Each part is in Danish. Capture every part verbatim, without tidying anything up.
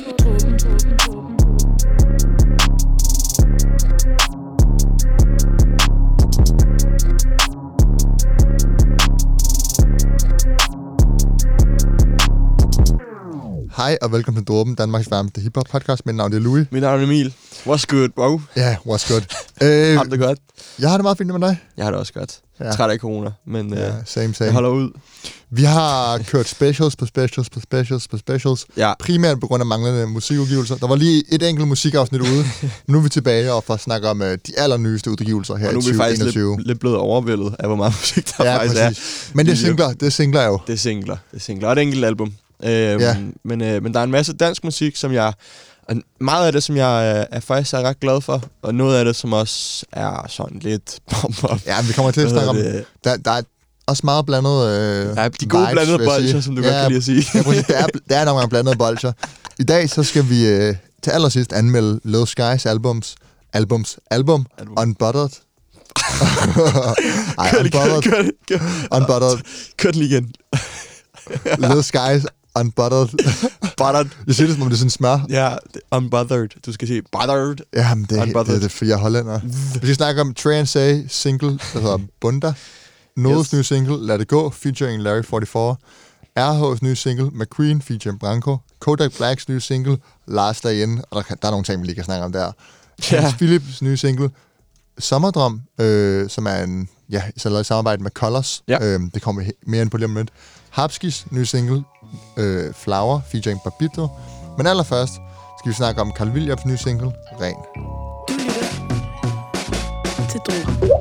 Hej og velkommen til Dråben, Danmarks varmeste hiphop podcast. Mit navn er Louis. Mit navn er Emil. What's good, bro? Ja, yeah, what's good? øh, har du det godt? Jeg har det meget fint med dig. Jeg har det også godt. Ja. Træt af corona, men ja, uh, same, same. jeg holder ud. Vi har kørt specials på specials på specials på specials. Ja. Primært på grund af manglende musikudgivelser. Der var lige et enkelt musikafsnit ude. Nu er vi tilbage og for at snakke om uh, de allernyeste udgivelser her i tyve enogtyve. Og nu er vi faktisk lidt, lidt blevet overvældet af, hvor meget musik der ja, faktisk præcis. er. Men det er singler, det er singler jo. Det er singler, det er singler. Og det er et enkelt album. Øhm, ja. men, øh, men der er en masse dansk musik, som jeg... Meget af det, som jeg øh, er faktisk er ret glad for, og noget af det, som også er sådan lidt bom-bom. Ja, men vi kommer til at snakke om... Der, der er også meget blandet øh, ja, de gode vibes, blandede bolcher, som du ja, godt kan lide at sige. Ja, præcis, det er, det er nogle gange blandede bolcher. I dag så skal vi øh, til allersidst anmelde Lil Skies albums, albums, album, album. Unbuttered. Ej, Unbuttered. Unbuttered. Kør den lige igen. Lil Skies Unbuttered. Buttered. Jeg siger det, som om det er sådan smør. Ja, unbothered. Du skal sige buttered. Jamen, det, det, det er det, for jeg er hollænder. Vi skal snakke om Trey and Say single, der hedder Bunda. Nodes yes. nye single, Lad det gå, featuring Larry fyrre-fire. R H's nye single, McQueen, featuring Branko. Kodak Blacks nye single, Lars derinde. Og der, der er nogle ting, vi lige kan snakke om der. Ja. Hans Philips nye single, Sommerdrøm, øh, som er en, ja, så lavet i samarbejde med Colors. Ja. Øh, det kommer vi mere ind på lige om lidt. Hapskis nye single, øh, Flower, featuring Babito. Men allerførst skal vi snakke om Carl Williams nye single, Ren. Til Dråben.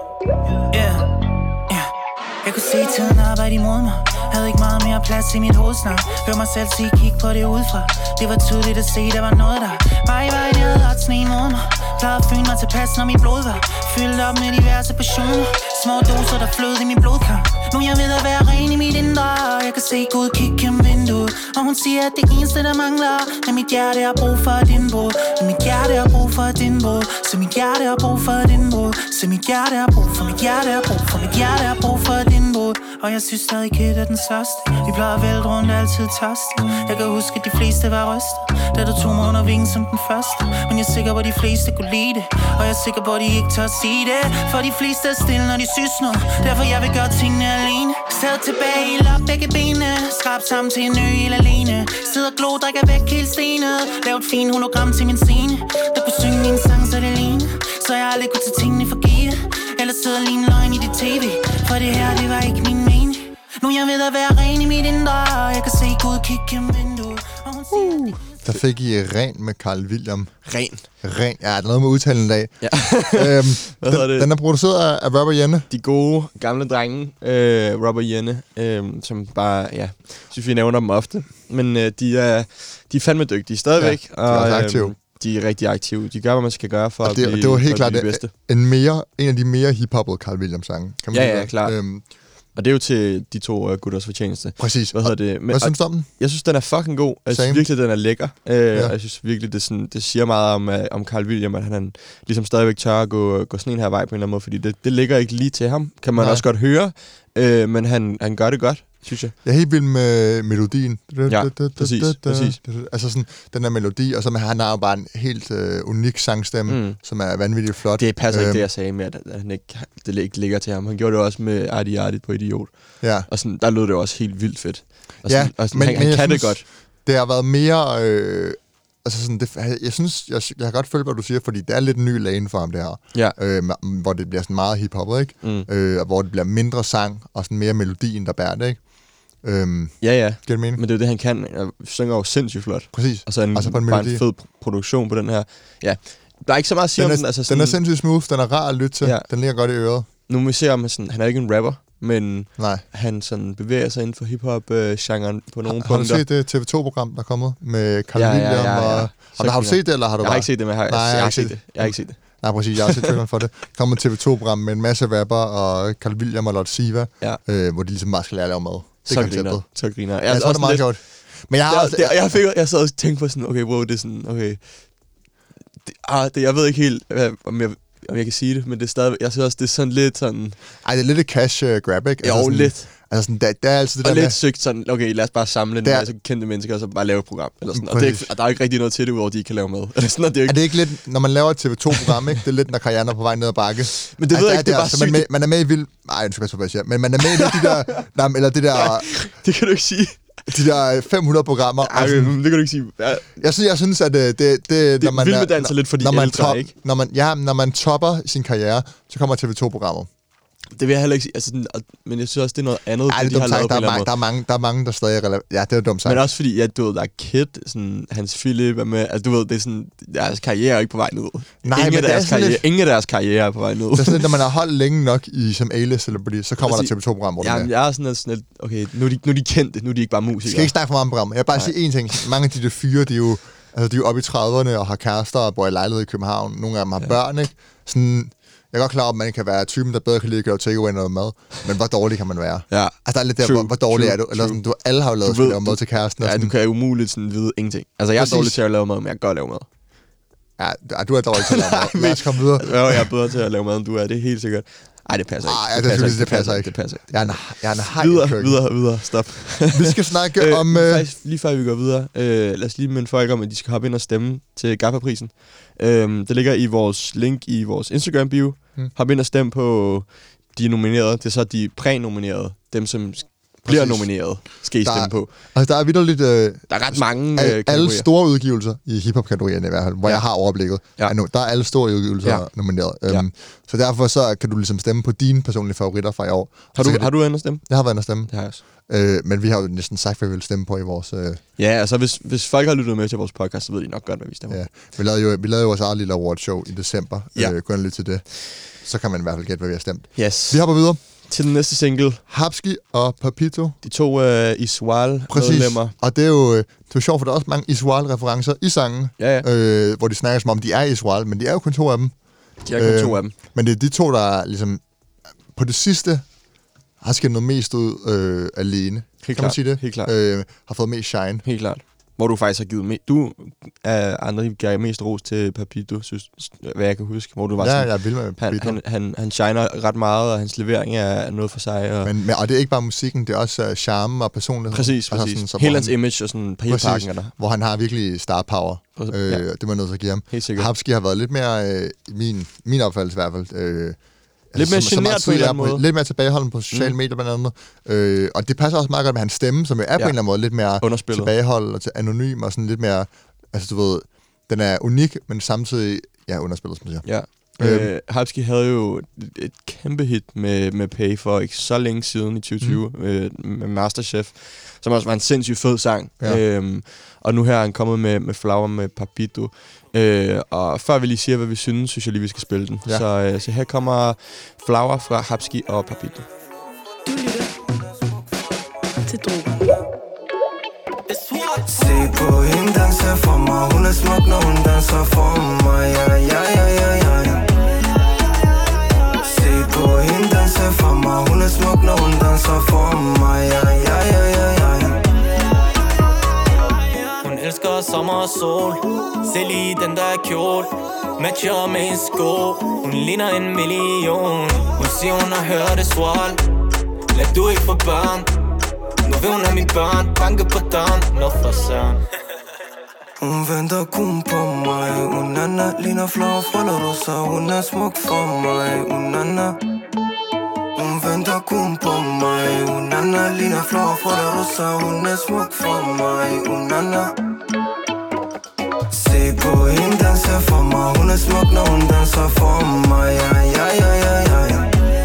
Yeah, yeah. Jeg kunne se tiden arbejde imod mig. Havde ikke meget mere plads i mit hoved snart. Hør mig selv sige, kig på det udefra. Det var tydeligt at se, der var noget der. Vej i vej, det havde ret sne imod mig. Plejede at fyne mig tilpas, når mit blod var fyldt op med diverse passioner. Små doser, der flød i min blodkar. Nu jeg ved at være ren i mit indre. Jeg kan se Gud kigge gennem vinduet. Og hun siger, at det eneste, der mangler, er mit hjerte har brug for din brud. Så mit hjerte har brug for din brud. Så mit hjerte har brug for din brud. Så mit hjerte har brug for mit hjerte har brug for mit hjerte har brug for din brud. Og jeg synes stadig Kid er den største. Vi plejer at vælte rundt altid tørste. Jeg kan huske, at de fleste var rystet, da du tog mig under vingen som den første. Men jeg er sikker på, at de fleste kunne lide det. Og jeg er sikker på, at de ikke tør at sige det. For de fleste er stille, når de synes noget. Derfor jeg vil gøre tingene alene. Sad tilbage, helt op begge benene. Skrab sammen til en ø helt alene. Sidder og glo, drikker væk helt stenet. Lav et fint hologram til min scene. Der kunne synge min sang, så det lignede. Så jeg aldrig kunne tage tingene for givet. Eller sidder lige en løgn i dit tv. For det her, det var ikke min mening. Nu jeg ved at være ren i mit indre. Jeg kan se Gud kigge gennem vinduet. Uh, der fik I Ren med Carl William. Ren. Ren. Ja, der er noget med udtalen i dag. Ja. øhm, Hvad den, det? den er produceret af, af Robert Jenne. De gode, gamle drenge, øh, Robert Jenne, øh, som bare, ja, synes vi nævner dem ofte. Men øh, de, er, de er fandme dygtige stadigvæk. Ja, de er også aktive. Øh, de er rigtig aktive. De gør, hvad man skal gøre for og det, at blive, det var helt klart de bedste. En, mere, en af de mere hip-hoppede Carl Williams-sange. Kan man ja, sige. Ja, klart. Øhm, Og det er jo til de to uh, gutters fortjeneste. Præcis. Hvad hedder det? Men, hvad synes du om den? Jeg synes, den er fucking god. Jeg synes virkelig, den er lækker. Uh, ja. Jeg synes virkelig, det, sådan, det siger meget om, uh, om Carl William, at han, han ligesom stadigvæk tør at gå, gå sådan en her vej på en eller anden måde, fordi det, det ligger ikke lige til ham. Kan man Nej. også godt høre, uh, men han, han gør det godt, synes jeg. Jeg er helt vild med melodien. Ja, præcis. præcis. Altså sådan, den der melodi, og så han har bare en helt uh, unik sangstemme, mm. som er vanvittigt flot. Det passer øhm. ikke det, jeg sagde med, at han ikke, det ikke ligger til ham. Han gjorde det også med Arti Arti på Idiot. Ja. Og sådan, der lød det også helt vildt fedt. Og sådan, ja, og sådan, men, han, men han kan synes, det godt. Det har været mere... Øh, altså sådan, det, jeg synes, jeg, jeg har godt følt, hvad du siger, fordi det er lidt en ny lane for ham, det her. Ja. Øh, hvor det bliver sådan meget hip-hop, ikke? Mm. Øh, og hvor det bliver mindre sang, og sådan mere melodien, der bærer det, ikke? Øhm, ja, ja. Giver det mening? Men det er jo det, han kan. Jeg synger jo sindssygt flot. Præcis. Og så en, altså en bare en fed produktion på den her. Ja. Der er ikke så meget at sige den er, om den. Altså sådan, den er sindssygt smooth, den er rar at lytte til, ja. Den ligger godt i øret. Nu må vi se om, sådan, han er ikke en rapper, men Nej. han sådan bevæger sig inden for hiphop-genren på nogle har, punkter. Har du set det T V to-program, der er kommet med Carl ja, William? Ja, ja, ja, ja. Og, har, har du set det, eller har du jeg bare... har ikke set det, men jeg har, Nej, jeg, jeg har set det. det. Jeg har ikke set det. Nej, præcis. Jeg har set traileren for det. Der kommer et T V to-program med en masse rapper, og Carl William og Lord Siva, ja. øh, hvor de ligesom bare skal lære at lave mad. Det så griner, så griner. Jeg, jeg tror, det er meget sjovt. Men jeg har også... Jeg, jeg, fik, jeg sad og tænkte på sådan, okay, wow, det er sådan, okay... Det, ah, det, jeg ved ikke helt, om jeg om jeg kan sige det, men det er stadig, jeg synes også, det er sådan lidt sådan... Ej, det er lidt et cash uh, grab, ikke? Jo, altså sådan, lidt. Altså sådan, der, der er altid det og der lidt med... søgt sådan, okay, lad os bare samle en masse kendte mennesker, og så bare lave et program. Eller sådan. Og, det er ikke, og der er ikke rigtig noget til det, udover de ikke kan lave mad. Eller sådan, og det er, ikke... er det ikke lidt, når man laver et T V to-program, ikke? Det er lidt, når karrieren er på vej ned ad bakke. Men det ved jeg ikke, det er bare sygt. Man, med, man er med i vild... Nej, jeg skal passe på, hvad jeg siger. Men man er med i de der... nej, eller det der... det kan du ikke sige. De der fem hundrede programmer. Ej, sådan, det kan du ikke sige. Ja. Jeg synes, jeg synes, at det... det, det når man vild med dans er lidt for de når man ældre, top, ikke? Når man, ja, når man topper sin karriere, så kommer T V to-programmer. Det vil jeg heller ikke sige, altså sådan, men jeg synes også, det er noget andet, Ej, det de har lavet der, på er mange, der, er mange, der er mange, der stadig er relevant. Ja, det er dumt sagt. Men også fordi, ja, du ved, der er Kid, sådan, Hans Philip er med, altså du ved, det er sådan, deres karriere er ikke på vej ned. Nej, ingen, men af deres karriere, lidt... ingen af deres karriere er på vej ned. Det er sådan lidt, når man har holdt længe nok i, som A-list celebrity, så kommer altså, der T V to-programmer. Ja, men jeg er sådan, sådan lidt, okay, nu er, de, nu er de kendte, nu er de ikke bare musikere. Jeg skal ikke snakke for meget om programmer. Jeg vil bare Nej. sige én ting. Mange af de der fyre, de er jo, altså, de er jo oppe i trediverne og har kærester og bor i lejlighed i København. Nogle af dem har ja. børn, ikke? Sådan... Jeg er godt klar over, at man kan være typen, der bedre kan lide at gøre takeaway end noget mad. Men hvor dårlig kan man være? Ja. Altså, der er lidt der, true, hvor, hvor dårlig true, er du? Eller sådan, du alle har jo lavet at lave mad til kæresten. Ja, sådan. du kan jo umuligt sådan vide ingenting. Altså, jeg er dårlig til at lave mad, men jeg kan godt lave mad. Ja, du er dårlig til at lave mad. Lad os komme videre. Jo, jeg er bedre til at lave mad, end du er. Det er helt sikkert. Ej, det passer ikke. Ej, det, det, passer, ikke. det passer ikke. Det passer ikke. Jeg er en, jeg er en hej videre, videre, videre. Stop. Vi skal snakke øh, om... Øh... Faktisk, lige før vi går videre, øh, lad os lige minde folk om, at de skal hoppe ind og stemme til Gaffaprisen. Øh, det ligger i vores link i vores Instagram-bio. Hmm. Hop ind og stem på de nominerede. Det er så de præ-nominerede. Dem, som bliver Præcis. nomineret, skal I der stemme på. Altså, der er vitterligt... Øh, der er ret mange al, alle store udgivelser i hiphop-kategorien i hvert fald, hvor ja. jeg har overblikket. Ja. Nu, der er alle store udgivelser ja. nomineret. Ja. Um, så derfor så kan du ligesom stemme på dine personlige favoritter fra i år. Har du, det, har du været inde at stemme? Jeg har været inde at stemme. Det har jeg også. Øh, men vi har jo næsten sagt, hvad vi vil stemme på i vores... Øh... Ja, altså hvis, hvis folk har lyttet med til vores podcast, så ved de nok godt, hvad vi stemmer. Ja. Vi lavede jo, vi lavede jo vores eget lille awardshow i december. Ja. Øh, gå ind lidt til det. Så kan man i hvert fald gætte, hvad vi har stemt. Yes. Vi hopper videre. Til den næste single. Hapski og Papito. De to uh, Iswal-medlemmer. Og det er jo det er sjovt, for der er også mange Iswal-referencer i sangen. Ja, ja. Øh, hvor de snakker som om, de er Iswal, men de er jo kun to af dem. De er kun øh, to af dem. Men det er de to, der ligesom på det sidste har skændt noget mest ud øh, alene. Helt kan klart. man sige det? Helt klart. Øh, har fået mest shine. Helt klart. Hvor du faktisk har givet mest... Du er andre, gav mest ros til Papito, synes, hvad jeg kan huske. Hvor du var ja, sådan, jeg er vild med Papito. Han, han, han, han shiner ret meget, og hans levering er noget for sig. Og, men, men, og det er ikke bare musikken, det er også uh, charme og personlighed. Præcis, præcis. Altså sådan, hele hans image og sådan parken er der. Hvor han har virkelig star power. Øh, ja. Det må jeg nødt til at give ham. Helt sikkert. Hapski har været lidt mere, øh, min, min opfattelse i hvert fald... Øh, lidt mere altså, genert på en eller anden måde. Lidt mere tilbageholden på sociale mm. medier blandt andet. Øh, og det passer også meget godt med hans stemme, som er ja. på en eller anden måde lidt mere tilbageholdt og til anonym og sådan lidt mere... Altså du ved, den er unik, men samtidig ja, underspillet, som man siger. Ja. Øhm. Øh, Hapski havde jo et kæmpe hit med, med Pay for ikke så længe siden i tyve tyve mm. øh, med Masterchef, som også var en sindssygt fed sang. Ja. Øhm, og nu her er han kommet med, med Flower med Papito. Øh, og før vi lige siger, hvad vi synes, synes jeg lige, vi skal spille den. Ja. Så, øh, så her kommer Flower fra Hapski og Papito. Du lytter til Drogen. Se på hende danse for mig. Hun er smuk, når hun danser for mig. Ja, ja, ja, ja, ja, ja. Se på hende danse for mig. Hun er smuk, når hun danser for mig. Ja, ja, ja, ja, ja, ja. Hun elsker sommer og sol. Se lige den der kjole. Matcher med en sko. Hun ligner en million. Hun siger, hun har hørt det swal. Lad du ikke få børn. Nu vil hun have min børn. Banke på døren. Nå for søren. Hun venter kun på mig. Unana ligner flår fra La Rosa. Hun er smuk for mig. Unana. Hun venter kun på mig. Unana ligner flår fra La Rosa. Hun er smuk for mig. Unana. Se på hende danse for mig. Hun er smuk, når hun danser for mig. Ja, ja, ja, ja, ja, ja.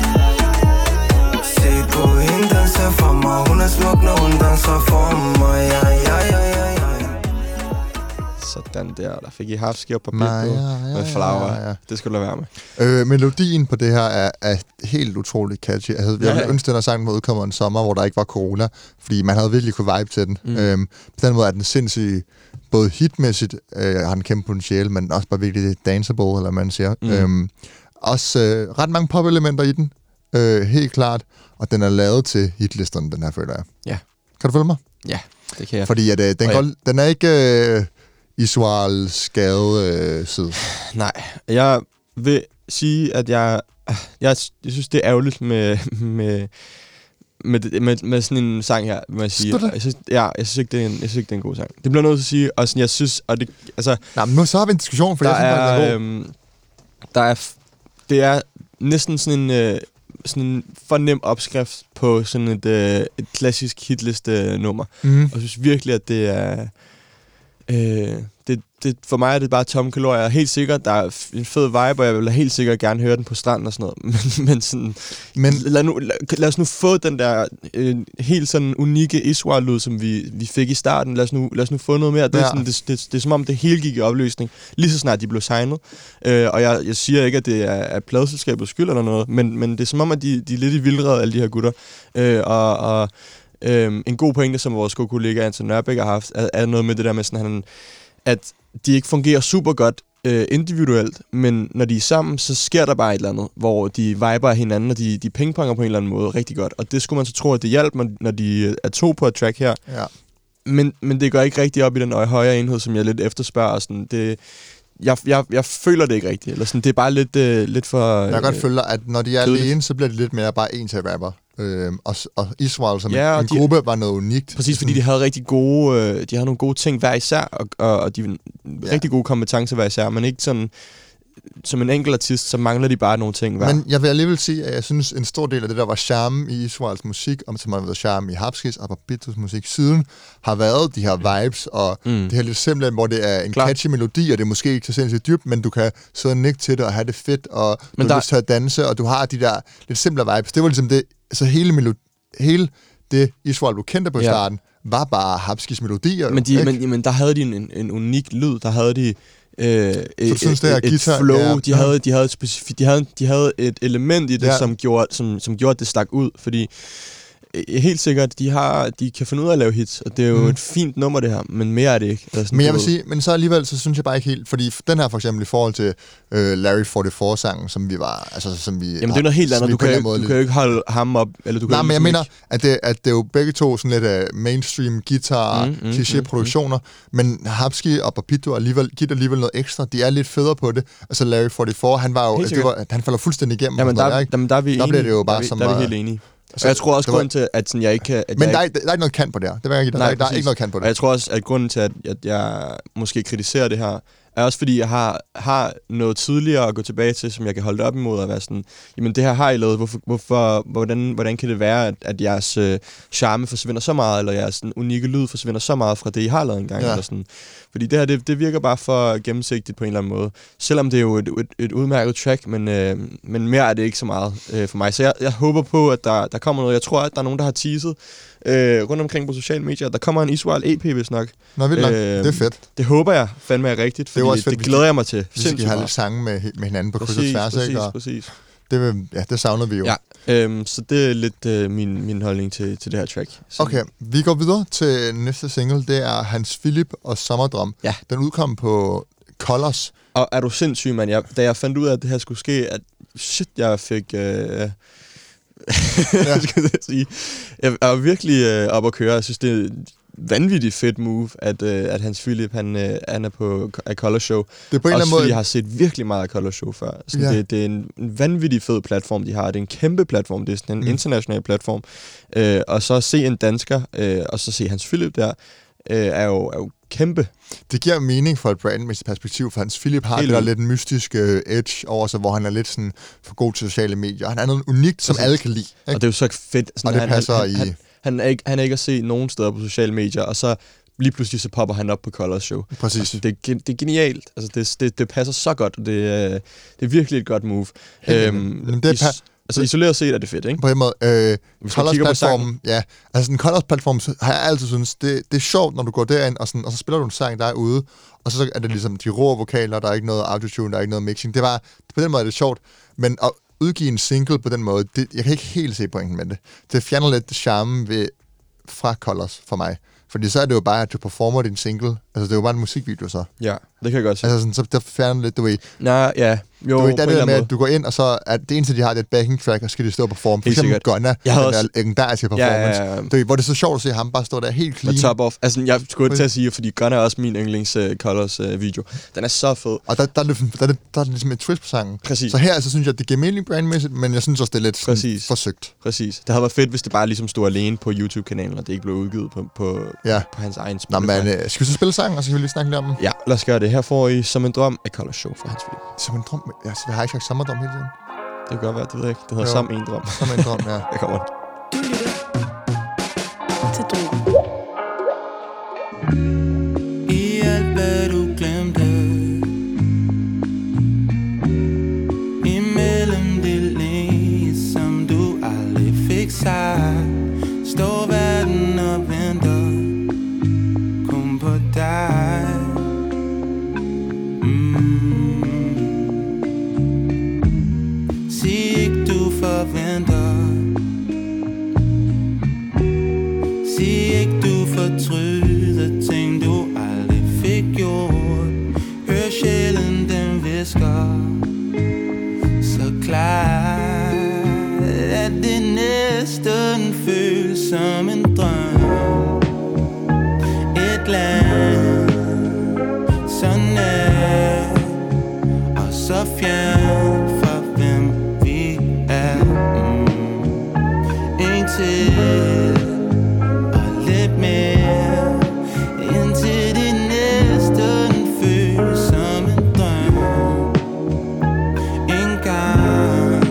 Se på hende danse for mig. Hun er smuk, når hun danser for mig. Ja, ja, ja, ja, ja. Sådan der. Der fik I Hapski og Papito ja, ja, med Flower. Ja, ja. Det skulle lade være med. Øh, melodien på det her er, er helt utroligt catchy. Altså, jeg havde ja, ja. ønsket, at den her sang var udkommet en sommer, hvor der ikke var corona, fordi man havde virkelig kunne vibe til den. Mm. Øhm, på den måde er den sindssygt, både hitmæssigt øh, har den kæmpe potentiale, men også bare virkelig danceable, eller man siger. Mm. Øhm, også øh, ret mange pop-elementer i den, øh, helt klart, og den er lavet til hitlisterne, den her, føler jeg. Ja. Kan du følge mig? Ja, det kan jeg. Fordi at, øh, den, ja. går, den er ikke... Øh, Iswal skade øh, side. Nej, jeg vil sige, at jeg, jeg, jeg synes, det er ærgerligt med, med, med, med, med sådan en sang her, må jeg sige. Jeg synes, ja, jeg synes, ikke, det er en, jeg synes ikke, det er en god sang. Det bliver noget at sige, og sådan, jeg synes, og det, altså... Nej, men nu så har vi en diskussion, for der jeg synes, er, det er god. øhm, der er, det er næsten sådan en, øh, sådan en for nem opskrift på sådan et, øh, et klassisk hitliste nummer. Mm. Og jeg synes virkelig, at det er... Øh, det, det, for mig er det bare tomme kalorier. Helt sikkert, der er en fed vibe, og jeg vil helt sikkert gerne høre den på stranden og sådan noget. Men, men sådan... Men lad, nu, lad, lad os nu få den der øh, helt sådan unikke Iswar-lyd, som vi, vi fik i starten. Lad os nu, lad os nu få noget mere. Det er, ja. sådan, det, det, det er som om, det hele gik i opløsning. Lige så snart de blev signet. Øh, og jeg, jeg siger ikke, at det er, er pladeselskabets skyld eller noget, men, men det er som om, at de, de er lidt i vildrede, alle de her gutter. Øh, og... og Øhm, en god pointe, som vores gode kollega Anton Nørbæk har haft, er, er noget med det der med, sådan, han, at de ikke fungerer super godt øh, individuelt, men når de er sammen, så sker der bare et eller andet, hvor de viber af hinanden, og de, de pingponger på en eller anden måde rigtig godt. Og det skulle man så tro, at det hjælper, når de er to på et track her. Ja. Men, men det går ikke rigtig op i den højere enhed, som jeg lidt efterspørger. Sådan, det, jeg, jeg, jeg føler det ikke rigtigt. Eller sådan, det er bare lidt, øh, lidt for... Jeg kan godt føle, at når de er kedeligt. alene, så bliver det lidt mere bare en til rapper. Øhm, og, og Iswar som ja, en, en de, gruppe var noget unikt. Præcis, fordi de havde rigtig gode, øh, de havde nogle gode ting hver især, og, og, og de ja. rigtig gode kompetencer hver især, men ikke sådan, som en enkelt artist, så mangler de bare nogle ting hver. Men jeg vil alligevel sige, at jeg synes, en stor del af det, der var charme i Iswars musik, og som har været charme i Hapskis og Papitos musik siden, har været de her vibes, og mm. det her lidt simple, hvor det er en Klar. catchy melodi, og det er måske ikke så sindssygt dybt, men du kan sidde og nikke til det, og have det fedt, og men du der... har lyst til at danse, og du har de der lidt simple vibes. Det var ligesom det, så hele melodi, hele det Iswar, du kendte på ja. starten, var bare Hapskis melodier. Men, de, men, men der havde de en, en, en unik lyd, der havde de øh, så du synes, et, det er et guitar, flow, ja. de, havde, de, havde specif- de, havde, de havde et element i det, ja. som, gjorde, som, som gjorde, at det stak ud, fordi helt sikkert, de har, de kan finde ud af at lave hits, og det er jo mm. et fint nummer, det her, men mere er det ikke. Sådan, men jeg vil sige, men så alligevel, så synes jeg bare ikke helt, fordi den her for eksempel i forhold til øh, Larry forty-four-sangen, som vi var, altså som vi... Jamen det er noget helt andet, du kan, jo, du kan jo ikke holde ham op, eller du kan Nej, men jeg mener, ikke... at det, at det er jo begge to sådan lidt uh, mainstream guitar, mm, mm, kliché-produktioner, mm, mm. men Hapski og Papito alligevel, giver alligevel noget ekstra, de er lidt federe på det. Altså Larry forty-four, han var jo, det var, han falder fuldstændig igennem. Jamen der, der, der, der er vi der bliver det jo bare der, som... Der er vi helt enige. Altså, og jeg tror også, var... grunden til, at sådan, jeg ikke kan... At men jeg der, ikke... er, der er ikke noget kant på det her. Det vil jeg ikke, der, Nej, der er ikke noget kant på det. Og jeg tror også, at grunden til, at jeg, jeg måske kritiserer det her, er også fordi, jeg har, har noget tidligere at gå tilbage til, som jeg kan holde det op imod og være sådan, jamen det her har I lavet, hvorfor, hvorfor, hvordan, hvordan kan det være, at, at jeres øh, charme forsvinder så meget, eller jeres sådan, unikke lyd forsvinder så meget fra det, I har lavet engang, ja. Eller sådan. Fordi det her, det, det virker bare for gennemsigtigt på en eller anden måde. Selvom det er jo et, et, et udmærket track, men, øh, men mere er det ikke så meget øh, for mig. Så jeg, jeg håber på, at der, der kommer noget. Jeg tror, at der er nogen, der har teaset øh, rundt omkring på sociale medier. Der kommer en Iswar E P, hvis nok. Nå, vildt nok. Øh, det er fedt. Det håber jeg fandme er rigtigt, fordi det, fedt, det glæder jeg mig til. Vi skal have lidt sange med, med hinanden på kryds og tværs, præcis, ikke? Og præcis, det, vil, ja, det savner vi jo. Ja, øhm, så det er lidt øh, min, min holdning til, til det her track. Så. Okay, vi går videre til næste single. Det er Hans Philip og Sommerdrøm. Ja. Den udkom på Colors. Og er du sindssyg, mand? Jeg, da jeg fandt ud af, at det her skulle ske, at shit, jeg fik... Øh, ja. skal jeg sige. Jeg er virkelig øh, op at køre. Jeg synes, det er vanvittigt fedt move, at, øh, at Hans Philip, han, øh, han er på et Color Show. Det er på en eller anden måde... fordi jeg har set virkelig meget af Color Show før. Så ja. det, det er en, en vanvittig fed platform, de har. Det er en kæmpe platform. Det er sådan en mm. international platform. Øh, og så se en dansker, øh, og så se Hans Philip der, øh, er, jo, er jo kæmpe. Det giver mening for et brandmæssigt perspektiv, for Hans Philip har Helt det der lidt mystiske uh, edge over sig, hvor han er lidt sådan for god til sociale medier. Han er noget unikt, som alle kan lide. Ikke? Og det er jo så fedt. Sådan, og det han, passer han, i... Han, han, er ikke, han er ikke at se nogen steder på sociale medier, og så lige pludselig så popper han op på Colors Show. Præcis. Altså, det, er, det er genialt. Altså, det, det, det passer så godt, og det, er, det er virkelig et godt move. Øhm, Men det er is, altså isoleret set er det fedt, ikke? På en måde. Øh, Colors-platformen, ja. Altså en Colors-platform har jeg altid synes, det, det er sjovt, når du går derind, og, sådan, og så spiller du en sang derude, og så er det ligesom de rå vokaler, der er ikke noget autotune, der er ikke noget mixing. Det var, på den måde er det sjovt, men at udgive en single på den måde, det, jeg kan ikke helt se pointen med det. Det fjerner lidt charme ved, fra Colors for mig. Fordi så er det jo bare, at du performer din single. Altså, det er jo bare en musikvideo så. Ja. Det kan jeg godt se. Altså sådan, så der fjerner lidt, du ved. Nej, ja. Jo, du ved, der er det der med, måde. at du går ind, og så er det eneste, de har, det er et backing track, og skal de stå på form. For eksempel Gunna, den også... der legendariske performance. Ja, ja, ja. Du ved, hvor det er så sjovt at se ham bare stå der helt clean. Med top off. Altså, jeg skulle til at sige, fordi Gunna er også min yndlings uh, Colors uh, video. Den er så fed. Og der, der, der, der, der, der er det ligesom et twist på sangen. Præcis. Så her altså, synes jeg, at det giver mening brandmæssigt, men jeg synes også, det er lidt sådan, forsøgt. Præcis. Det havde været fedt, hvis det bare ligesom stod alene på YouTube-kanalen, og det ikke blev udgivet på, på, ja. på hans egen spil. Nå, men øh, skal vi så spille sangen, og så kan vi lige snakke lidt om den? Ja, lad os gøre det. Her får I Som en drøm af Colors Show fra Hans Philip. Som en drøm? Altså, vi har ikke sagt sommerdrøm hele tiden. Det kan godt være, det ved jeg ikke. Det hedder jo. Som en drøm. Som en drøm, ja. Jeg kommer. Du lytter til Drogen. I alt hvad du glemte, imellem det læge, som du aldrig fik sagt, står verden og venter kun på dig. Mm. Sig ikke du forventer, sig ikke du fortryder ting du aldrig fik gjort. Hør sjælen den visker så klart, at det næsten føles som en drøm. Et land så nær og så fjern fra hvem vi er. mm. En til og lidt mere, indtil det næsten føles som en drøm. En gang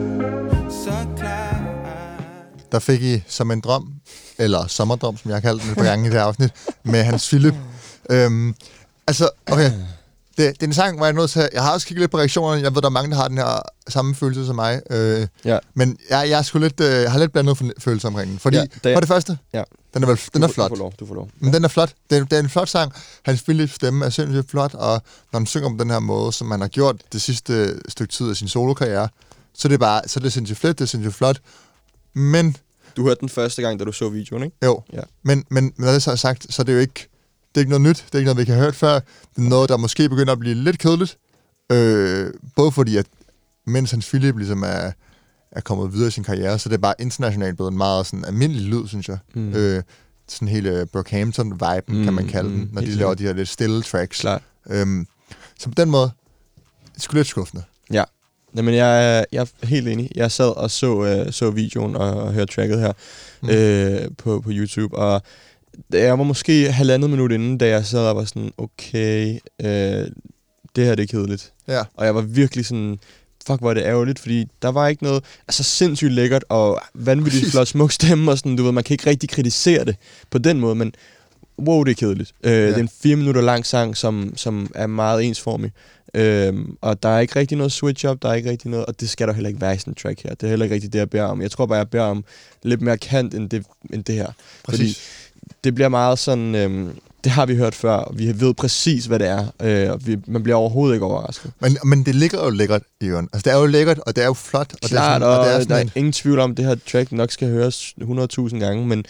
så klar. Der fik I Som en drøm, eller Sommerdrøm, som jeg har kaldt den et par gange i det her afsnit, med Hans Philip. Øhm, altså, okay, det, det er en sang, hvor jeg er nødt til at, jeg har også kigget lidt på reaktionerne, jeg ved, der er mange, der har den her samme følelse som mig, øh, ja. men jeg, jeg, er sgu lidt, øh, jeg har lidt blandet følelser omkring den, fordi, ja, det, for det første, ja. den er, vel, den du, er flot, du får lov, du får lov. Men den er flot, det er, det er en flot sang, Hans Philips stemme er sindssygt flot, og når han synger på den her måde, som han har gjort det sidste stykke tid af sin solokarriere, så det er bare, så det er sindssygt fedt, det er sindssygt flot, men... Du hørte den første gang, da du så videoen, ikke? Jo, ja. men, men når det så er sagt, så er det jo ikke, det er ikke noget nyt, det er ikke noget, vi kan have hørt før, det er noget, der måske begynder at blive lidt kedeligt, øh, både fordi, at mens Hans Philip ligesom er, er kommet videre i sin karriere, så det er bare internationalt blevet en meget sådan almindelig lyd, synes jeg. Mm. Øh, sådan hele Brockhampton-viben, mm, kan man kalde den, når de laver de her lidt stille tracks. Øhm, så på den måde, det er sgu lidt skuffende. Ja. Jamen, jeg er, jeg er helt enig. Jeg sad og så, øh, så videoen og, og hørte tracket her mm. øh, på, på YouTube, og jeg var måske halvandet minut inden, da jeg sad og var sådan, okay, øh, det her det er kedeligt. Ja. Og jeg var virkelig sådan, fuck, hvor er det ærgerligt, fordi der var ikke noget, altså sindssygt lækkert og vanvittigt flot smuk stemme og sådan, du ved, man kan ikke rigtig kritisere det på den måde, men wow, det er kedeligt. Øh, ja. Det er en fire minutter lang sang, som, som er meget ensformig. Øhm, og der er ikke rigtig noget switch-up, der er ikke rigtig noget, og det skal der heller ikke være i sådan en track her. Det er heller ikke rigtig det, jeg beder om. Jeg tror bare, jeg beder om lidt mere kant end det, end det her. Præcis. Fordi det bliver meget sådan, øhm, det har vi hørt før, og vi ved præcis, hvad det er, øh, og vi, man bliver overhovedet ikke overrasket. Men, men det ligger jo lækkert i øren. Altså, det er jo lækkert, og det er jo flot. Og Klart, det er sådan, og, og det er og sådan der en... er ingen tvivl om, at det her track nok skal høres hundrede tusind gange, men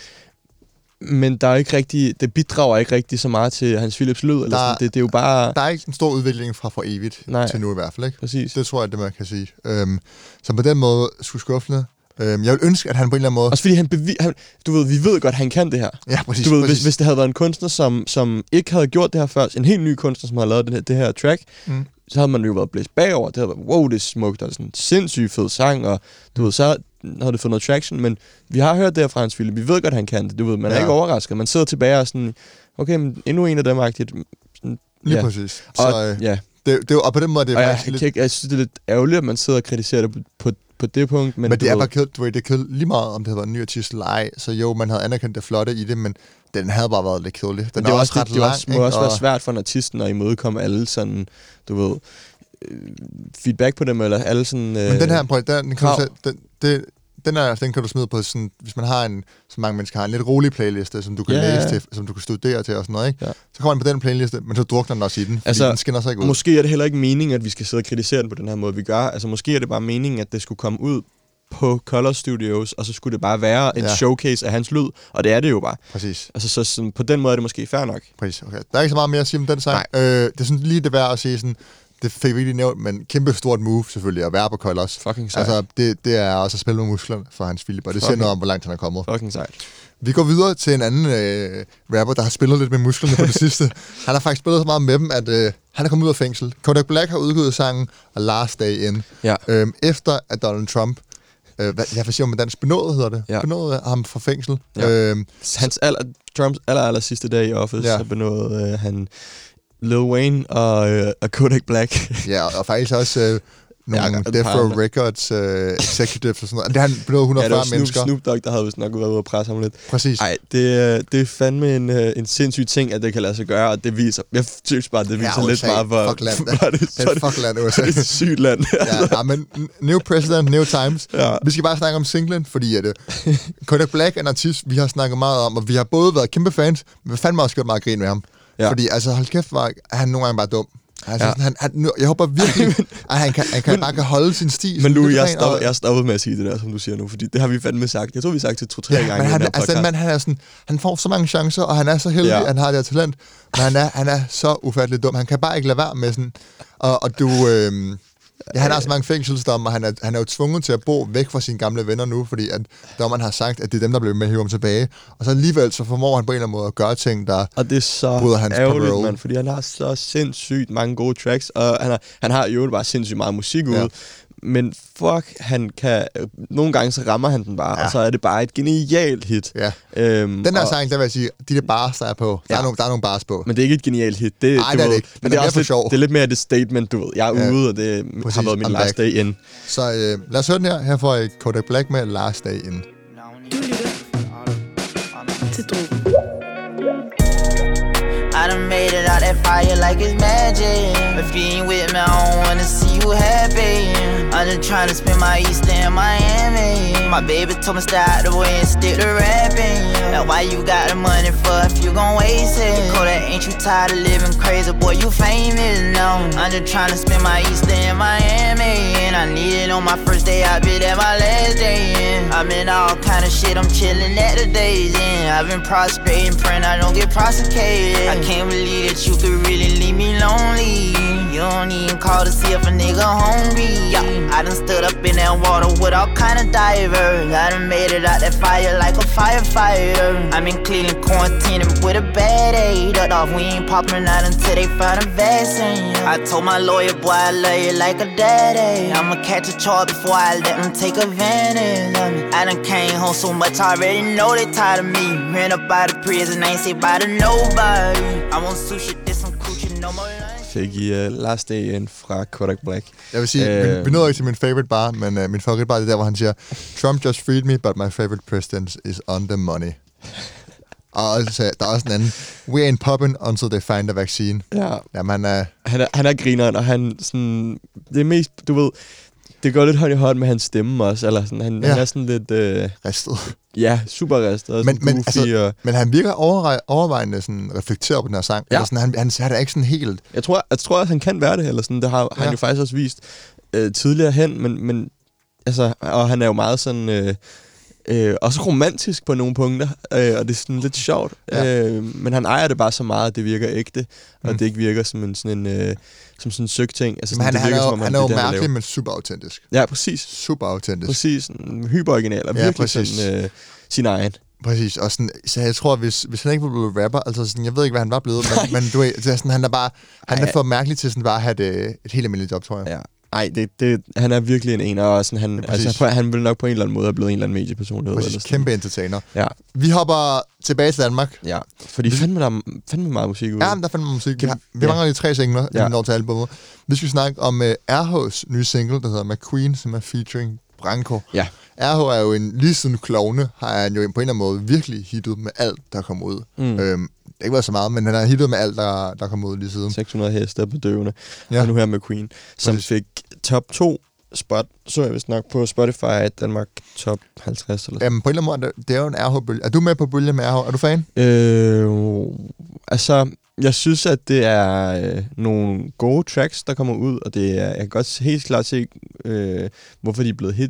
Men der er ikke rigtig, det bidrager ikke rigtig så meget til Hans Philips lyd. Eller sådan. Det, det er jo bare... Der er ikke en stor udvikling fra for evigt Nej. til nu i hvert fald. Ikke? Præcis. Det tror jeg, det man kan sige. Øhm, så på den måde skulle skuffende. Øhm, jeg vil ønske, at han på en eller anden måde... Også fordi han bevi... han, du ved, vi ved godt, at han kan det her. Ja, præcis. Du ved, præcis. Hvis, hvis det havde været en kunstner, som, som ikke havde gjort det her før, en helt ny kunstner, som havde lavet det her, det her track, mm. så havde man jo været blæst bagover. Det havde været, wow, det er smukt, og det er sådan en sindssygt fed sang, og du ved, så havde det fået noget traction, men vi har hørt det her fra Hans Philip. Vi ved godt, at han kan det. Du ved, man er ja. ikke overrasket. Man sidder tilbage og sådan, okay, men endnu en af dem agtigt. Lige ja. præcis. Så, og, ja. Det, det, og på den måde, det er og faktisk jeg, lidt... Jeg, jeg synes, det er lidt ærgerligt, at man sidder og kritiserer det på, på, på det punkt. Men, men det er ved, bare kedeligt, du ved, det er kedeligt lige meget, om det havde været en ny artist eller ej. Så jo, man havde anerkendt det flotte i det, men den havde bare været lidt kedelig. Den det er også, også ret det, lang. Det må også og... være svært for en artisten at imødekomme alle sådan, du ved, feedback på dem, eller alle sådan... Men øh, den her, prøv, den, den, kan krav. du, den, det, den, er, den kan du smide på sådan, hvis man har en, som mange mennesker har, en lidt rolig playliste, som du kan yeah. læse til, som du kan studere til og sådan noget, ikke? Ja. Så kommer man på den playliste, men så drukner den også i den, fordi altså, den skinner sig ikke ud. Måske er det heller ikke meningen, at vi skal sidde og kritisere den på den her måde, vi gør. Altså måske er det bare meningen, at det skulle komme ud på Color Studios, og så skulle det bare være en ja. showcase af hans lyd, og det er det jo bare. Præcis. Altså, så sådan, på den måde er det måske fair nok. Præcis, okay. Der er ikke så meget mere at sige om den sang. Øh, det er sådan lige det værd at sige sådan, det fik vi lige nævnt, men kæmpe stort move selvfølgelig, at være på Colors. Fucking sejt. Altså, det, det er også at spille med musklerne for Hans Philip, og det siger noget om, hvor langt han er kommet. Fucking sejt. Vi går videre til en anden øh, rapper, der har spillet lidt med musklerne på det sidste. Han har faktisk spillet så meget med dem, at øh, han er kommet ud af fængsel. Kodak Black har udgivet sangen A Last Day In, ja. øhm, efter at Donald Trump, øh, hvad, jeg vil sige om dansk, benådet hedder det, ja. benådet ham fra fængsel. Ja. Øhm, Hans aller, Trumps aller, aller sidste dag i office, ja. så benåede øh, han Lil Wayne og, øh, og Kodak Black. ja, og faktisk også... Øh, nogle ja, Death Row Records uh, executives og sådan noget. Det har han benået et hundrede og fyrre ja, mennesker. Snoop Dogg, der havde vist nok været ude og presse ham lidt. Præcis. Ej, det, det er fandme en, en sindssyg ting, at det kan lade sig gøre, og det viser, jeg synes bare, det viser ja, lidt meget, hvor... Fuck land. Hvor det, det er fuck land, U S A. Det er et sygt land. ja, ja, men new president, new times. Ja. Vi skal bare snakke om singlen, fordi at uh, Kodak Black er en artist, vi har snakket meget om, og vi har både været kæmpe fans, men fandme også gjort meget grin med ham. Ja. Fordi altså, hold kæft, var han nogle gange bare dum. Altså, ja. han, han, jeg håber virkelig, at han, kan, han kan men, bare kan holde sin sti. Men Louis, jeg, stop, jeg stoppet med at sige det der, som du siger nu, fordi det har vi fandme sagt. Jeg tror, vi har sagt til to-tre ja, gange. Han, altså, den mand, han, er sådan, han får så mange chancer, og han er så heldig, ja. at han har det her talent. Men han er, han er så ufattelig dum. Han kan bare ikke lade være med sådan... Og, og du... Øh, ja, han har så mange fængselsdomme, og han er, han er jo tvunget til at bo væk fra sine gamle venner nu, fordi at dommeren har sagt, at det er dem, der bliver med at hive ham tilbage. Og så alligevel, så formår han på en eller anden måde at gøre ting, der og det er så hans ærgerligt, mand, fordi han har så sindssygt mange gode tracks, og han har, han har jo bare sindssygt meget musik ude. Ja. Men fuck, han kan... Nogle gange så rammer han den bare, ja. og så er det bare et genialt hit. Ja. Øhm, den der og, sang, der vil jeg sige, de der bars, der er på, der, ja. er, nogle, der er nogle bars på. Men det er ikke et genialt hit. Det, Ej, det, det er det ikke. Men det er, det er også lidt, sjov. Det er lidt mere et statement, du ved. Jeg er ja. ude, og det Præcis. har været min I'm last back. day in. Så øh, lad os høre den her. Her får jeg Kodak Black med Last Day In. Du lytter til Drogen. I done made it out that fire like it's magic. If you ain't with me, I don't wanna see you happy. I'm just tryna spend my Easter in Miami. My baby told me stay out the way and stick to rapping. Now why you got the money for if you gon' waste it? Kodak, ain't you tired of living crazy? Boy, you famous now. I'm just tryna spend my Easter in Miami. And I need it on my first day, I be there my last day. I'm in all kind of shit, I'm chillin' at the days in. I've been prostrating, praying I don't get prosecuted. I can't believe that you could really leave me lonely. You don't even call to see if a nigga hungry. Yeah, I done stood up in that water with all kind of divers. I done made it out that fire like a firefighter. I'm in Cleveland quarantining with a bad aid. Off, we ain't popping out until they find a vaccine. I told my lawyer, boy, I love you like a daddy. I'ma catch a charge before I let them take advantage of me. I done came home so much, I already know they tired of me. Ran up out of prison, ain't say bye to nobody. I want sushi, this some coochie, no more lunch. Fik I uh, Last Day In fra Kodak Black. Jeg vil sige, øh, vi, vi nåede ikke til min favorite bar, men uh, min favorite bar er det der, hvor han siger, Trump just freed me, but my favorite president is on the money. Og altså, der er også en anden, we ain't popping until they find a vaccine. Ja. Jamen, han er... Han er, han er grineren, og han sådan... Det er mest, du ved... Det går lidt hånd i hånd med hans stemme også, eller sådan, han, ja. han er sådan lidt... Øh, ristet. Ja, super ristet. Men, men, altså, og... men han virker overvej, overvejende sådan, reflekteret på den her sang. Ja. Eller sådan, han, han, han er ikke sådan helt... Jeg tror, jeg tror, at han kan være det, eller sådan. Det har ja. han jo faktisk også vist øh, tidligere hen, men, men altså, og han er jo meget sådan... Øh, Øh, også romantisk på nogle punkter, øh, og det er sådan lidt sjovt. Ja. Øh, men han ejer det bare så meget, at det virker ægte, og mm. det ikke virker som en sådan en øh, som sådan en søgt ting. Altså, sådan, han, det han, virker, er jo, som, han, han er jo mærkelig, men super autentisk. Ja, præcis. Super autentisk. Præcis. Hyperoriginal, og ja, virkelig sådan, øh, sin egen. Præcis, og sådan, så jeg tror, hvis, hvis han ikke var blevet rapper, altså sådan, jeg ved ikke, hvad han var blevet, men, men du ved, det er sådan, han er bare, han Ej, er for mærkelig til sådan bare at have et, et helt almindeligt job, tror jeg. Ja. Ej, det, det, han er virkelig en ener, og sådan, han, ja, altså, han vil nok på en eller anden måde have blevet en eller anden mediepersonlighed. Præcis, eller kæmpe entertainer. Ja. Vi hopper tilbage til Danmark. Ja, fordi fandme der er fandme meget musik ude. Ja, der er fandme musik. Vi, har, vi ja. mangler de tre singler, ja. inden vi når til albumet. Vi skal snakke om uh, R H's nye single, der hedder McQueen, som er featuring Branko. Ja. R H er jo en, lige siden Klovne, har han jo på en eller anden måde virkelig hittet med alt, der kommer ud. Mm. Øhm, det har ikke været så meget, men han har hittet med alt, der, der kommer ud lige siden. seks hundrede heste bedøvende. Ja. Og nu her med Queen, som Præcis. fik top to spot, så jeg vist nok på Spotify Danmark top halvtreds. Eller Jamen, på en eller anden måde, det er jo en R H-bølge. Er du med på bølge med R H? Er du fan? Øh, altså, jeg synes, at det er øh, nogle gode tracks, der kommer ud, og det er, jeg kan godt helt klart se, øh, hvorfor de er blevet hits.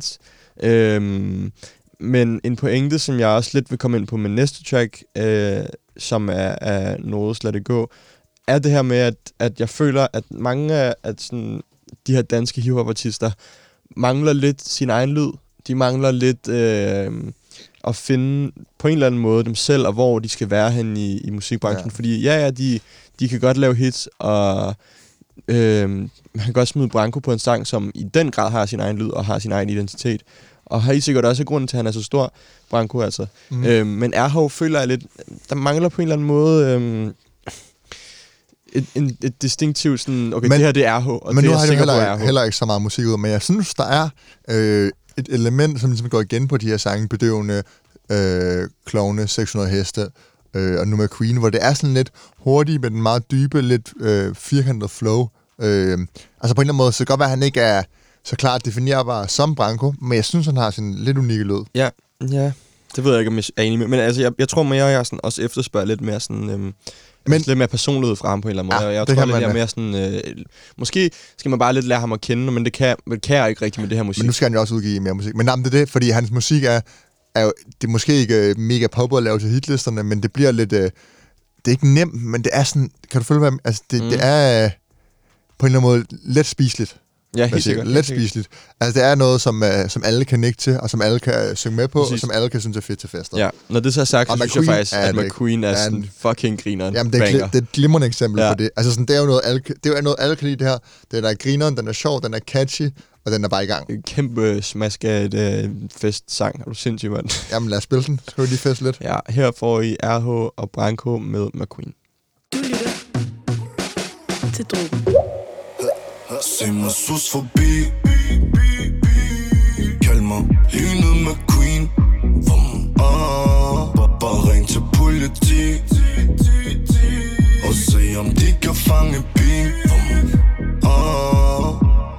Øhm, men en pointe, som jeg også lidt vil komme ind på med næste track, øh, som er, er Nodes Lad Det Gå, er det her med, at, at jeg føler, at mange af at sådan, de her danske hiphop-artister mangler lidt sin egen lyd. De mangler lidt øh, at finde på en eller anden måde dem selv, og hvor de skal være hen i, i musikbranchen. Ja. Fordi ja, ja, de, de kan godt lave hits, og øh, man kan godt smide Branko på en sang, som i den grad har sin egen lyd og har sin egen identitet. Og har I sikkert også grunden til, at han er så stor, Branko altså. Mm. Øh, men R H føler jeg lidt, der mangler på en eller anden måde øh, et, en, et distinktivt sådan, okay, men, det her det er R H, og men det nu er har jeg det heller, på R H. heller ikke så meget musik ud, men jeg synes, der er øh, et element, som ligesom går igen på de her sange, bedøvende, øh, klovne, seks hundrede heste, øh, og nu med Queen, hvor det er sådan lidt hurtigt, med den meget dybe, lidt øh, firkantet flow. Øh, altså på en eller anden måde, så kan det godt være, at han ikke er så klart definerbar som Branko, men jeg synes, han har sin lidt unikke lyd. Ja, ja. Det ved jeg ikke, om jeg er enig med. Men altså, jeg, jeg tror mere, jeg sådan også efterspørger lidt mere sådan... Øhm, men, lidt mere personlighed fra ham på en eller anden måde. Ja, jeg det tror kan lidt, man, mere sådan... Øh, måske skal man bare lidt lære ham at kende, men det kan, men det kan jeg ikke rigtig med det her musik. Men nu skal han jo også udgive mere musik. Men nej, det er det, fordi hans musik er, er jo... Det er måske ikke mega poppet at lave til hitlisterne, men det bliver lidt... Øh, det er ikke nemt, men det er sådan... Kan du følge hvad? Altså, det, mm. det er... Øh, på en eller anden måde let spiseligt. Ja, helt sikkert. Let spiseligt. Altså, det er noget, som, uh, som alle kan nikke til, og som alle kan synge med på, Præcis. Og som alle kan synes er fedt til fester. Ja, når det så er sagt, så synes jeg faktisk, at McQueen er sådan fucking grineren. Jamen, det er, det er et glimrende eksempel ja. på det. Altså, sådan, det er jo noget, alle, det er noget, alle kan lide det her. Det er grineren, den er sjov, den er catchy, og den er bare i gang. En kæmpe smask af et øh, festsang. Er du sindssygt, mand? Jamen, lad os spille den. Skal vi lige feste lidt? Ja, her får I R H og Branko med McQueen. Du lytter til Drogen. Se mig sus forbi. Kald mig lynet med Queen. ah, Bare ring til politi og se om de kan fange bil. ah.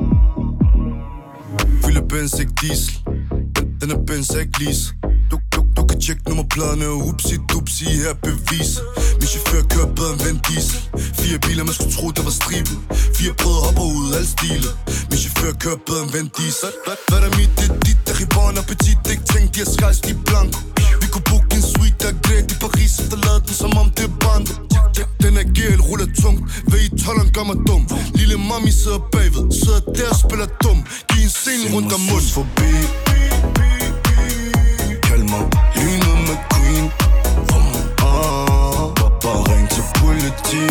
Fylder Benz, ikke diesel. Den, den er Benz, ikke lease. Du, du, du kan tjekke nummerpladerne og upsi dupsi her bevis. Min chauffør kører bedre end Vin Diesel. Fire biler, man skulle tro, der var stribet. Fire brød hopper ud, alle stile. Min chauffør kører bedre end Vin Diesel. Hvad der mit, det er dit, der i bon appetit. Ikke tænk, de har skejst i blanco. Vi kunne booke en suite, der er grædt i Paris. Efterlade den, som om det er bando. Den er gel, ruller tungt. Hvad i tolleren gør mig dum. Lille mami sidder bagved, sidder der og spiller dum. Giv en scene rundt om mund. Forbi. Kald mig lynet med Queen. ah, Bare ring til politi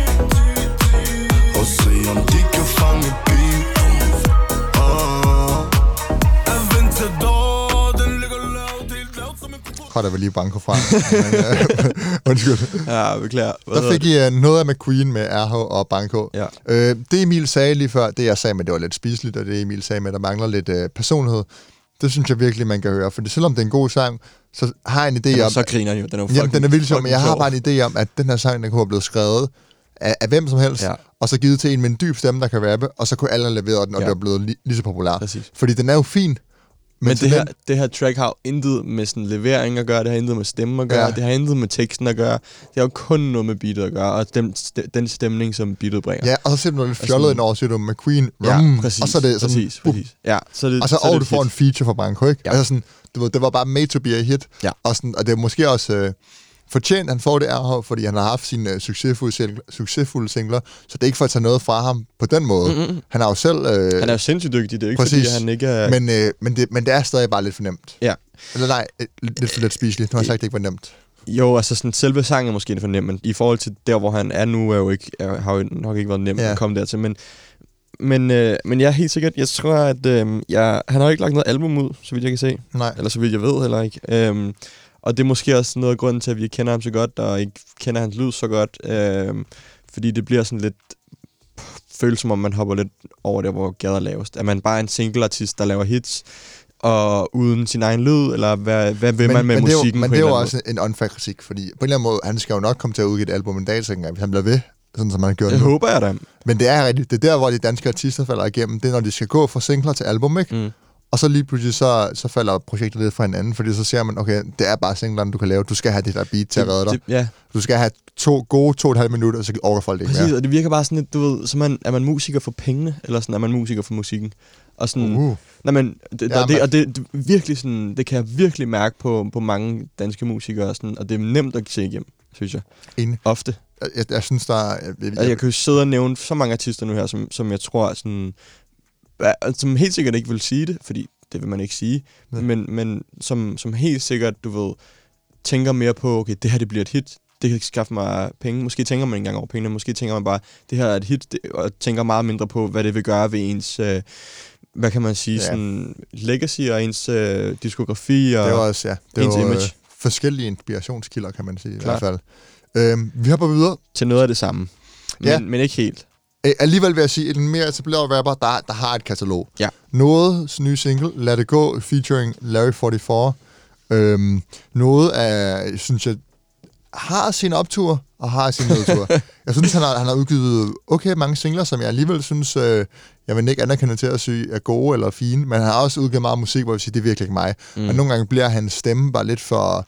og se om de kan fange bil. ah. Aventador, den ligger lavt, helt lavt som en kubo. Har der vel lige Branko fra. Undskyld. Ja, beklager. Der fik I uh, noget af McQueen med R H og Branko. Ja. Øh, det Emil sagde lige før, det jeg sagde med, det var lidt spiseligt, og det Emil sagde med, der mangler lidt uh, personlighed. Det synes jeg virkelig, man kan høre. For selvom det er en god sang, så har jeg en idé jamen, om... så griner jo. Den er jo jamen, den er vildt sjov, men jeg har bare en idé om, at den her sang, den kunne have blevet skrevet af, af hvem som helst, ja. Og så givet til en med en dyb stemme, der kan rappe, og så kunne alle have leveret den, og ja. Det var blevet li- lige så populær. Præcis. Fordi den er jo fin. Men, men det, her, den... det her track har jo intet med sådan levering at gøre, det har intet med stemme at gøre, ja. Det har intet med teksten at gøre. Det har jo kun noget med beatet at gøre, og den, den stemning, som beatet bringer. Ja, og så ser du noget lidt fjollet sådan... ind over, siger du McQueen, ja, rum, præcis, og så er det sådan... Præcis, præcis. Ja, så det, og så, så og det du får hit. En feature fra Branko, ikke? Ja. Altså sådan, du ved, det var bare made to be a hit, ja. og, sådan, og det er måske også... Øh, fortjent, han får det R H, fordi han har haft sine uh, succesfulde, singler, succesfulde singler, så det er ikke for at tage noget fra ham på den måde. Mm-hmm. Han er jo selv... Øh, han er jo sindssygt dygtig, det er ikke præcis, fordi, han ikke er... Men, øh, men, det, men det er stadig bare lidt for nemt. Ja. Eller nej, lidt for lidt spiseligt. Nu har jeg sagt, det ikke var nemt. Jo, altså sådan, selve sangen er måske lidt for nemt, men i forhold til der, hvor han er nu, er jo ikke, er, har jo nok ikke været nemt ja. At komme dertil, men... Men, øh, men jeg er helt sikkert, jeg tror, at øh, jeg, han har ikke lagt noget album ud, så vidt jeg kan se. Nej. Eller så vidt jeg ved heller ikke. Øhm, Og det er måske også noget af grunden til, at vi kender ham så godt, og ikke kender hans lyd så godt. Øh, fordi det bliver sådan lidt... føles som om, man hopper lidt over der, hvor gader lavest. At man bare er en single-artist, der laver hits, og uden sin egen lyd, eller hvad, hvad vil men, man med men musikken det jo, Men på det er jo måde? også en unfair kritik, fordi på en eller anden måde, han skal jo nok komme til at udgive et album en dag, så hvis han bliver ved, sådan som han gjorde det nu. håber jeg da. Men det er rigtigt. Det er der, hvor de danske artister falder igennem. Det er, når de skal gå fra singler til album, ikke? Mm. Og så lige pludselig, så, så falder projektet lidt fra hinanden, fordi så ser man, okay, det er bare singlerne, du kan lave. Du skal have det der beat til at redde dig. Det, ja. Du skal have to gode to og et halvt minutter, og så overgår folk det ikke mere. Præcis, og det virker bare sådan lidt, du ved, så man, er man musiker for pengene, eller sådan er man musiker for musikken. Og sådan, uh. nej, men, det, ja, det, og det, det, virkelig sådan, det kan jeg virkelig mærke på, på mange danske musikere, og, sådan, og det er nemt at se igennem, synes jeg. Enig. Ofte. Jeg, jeg, jeg synes, der er... Jeg, jeg, jeg, jeg kan jo sidde og nævne så mange artister nu her, som, som jeg tror, sådan, som helt sikkert ikke vil sige det, fordi det vil man ikke sige, ja. men, men som, som helt sikkert, du ved, tænker mere på, okay, det her det bliver et hit, det kan skaffe mig penge. Måske tænker man ikke engang over pengene, måske tænker man bare, det her er et hit, det, og tænker meget mindre på, hvad det vil gøre ved ens, øh, hvad kan man sige, ja. sådan legacy og ens øh, diskografi og det var også, ja. det ens var, image. Øh, forskellige inspirationskilder, kan man sige, Klar. i hvert fald. Øhm, vi hopper videre. Til noget af det samme, men, ja. men ikke helt. Æ, alligevel vil jeg sige, at en mere etableret rapper, der, der har et katalog. Ja. Noget nye single, Let It Go, featuring Larry forty-four. Øhm, noget af, synes jeg, har sin optur og har sin nedtur. Jeg synes, han har, han har udgivet okay mange singler, som jeg alligevel synes, øh, jeg vil ikke anerkende til at sige er gode eller fine, men han har også udgivet meget musik, hvor jeg vil sige, det er virkelig ikke mig. Mm. Og nogle gange bliver hans stemme bare lidt for...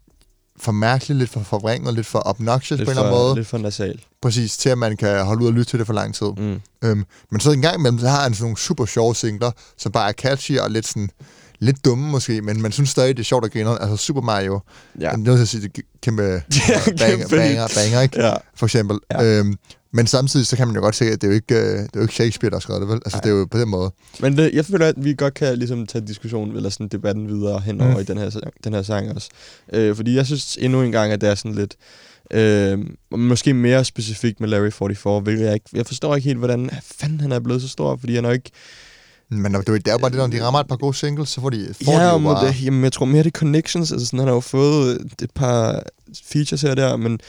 for mærkeligt, lidt for forvrænget, lidt for obnoxious lidt på en eller anden måde. Lidt for nasal. Præcis, til at man kan holde ud og lytte til det for lang tid. Mm. Øhm, men så en gang imellem, så har han sådan nogle super sjove singler, som bare er catchy og lidt sådan, lidt dumme måske, men man synes stadig, det er sjovt at grine. Altså Super Mario, ja. det er nødt til at sige, det er kæmpe banger, banger, banger, ikke? Ja. For eksempel. Ja. Øhm, men samtidig, så kan man jo godt se, at det er jo ikke, det er jo ikke Shakespeare, der har skrevet det, vel? Altså, Ej. det er jo på den måde. Men det, jeg føler, at vi godt kan ligesom tage diskussionen, eller sådan debatten videre henover mm. i den her, den her sang også. Øh, fordi jeg synes endnu en gang, at det er sådan lidt, øh, måske mere specifikt med Larry forty-four, hvilket jeg ikke, jeg forstår ikke helt, hvordan fanden han er blevet så stor, fordi han er ikke... Men det er jo bare det, når de rammer et par gode singles, så får de, får ja, de jo bare... det, jamen, jeg tror mere, det er connections, altså sådan, han har jo fået et par features her der, men...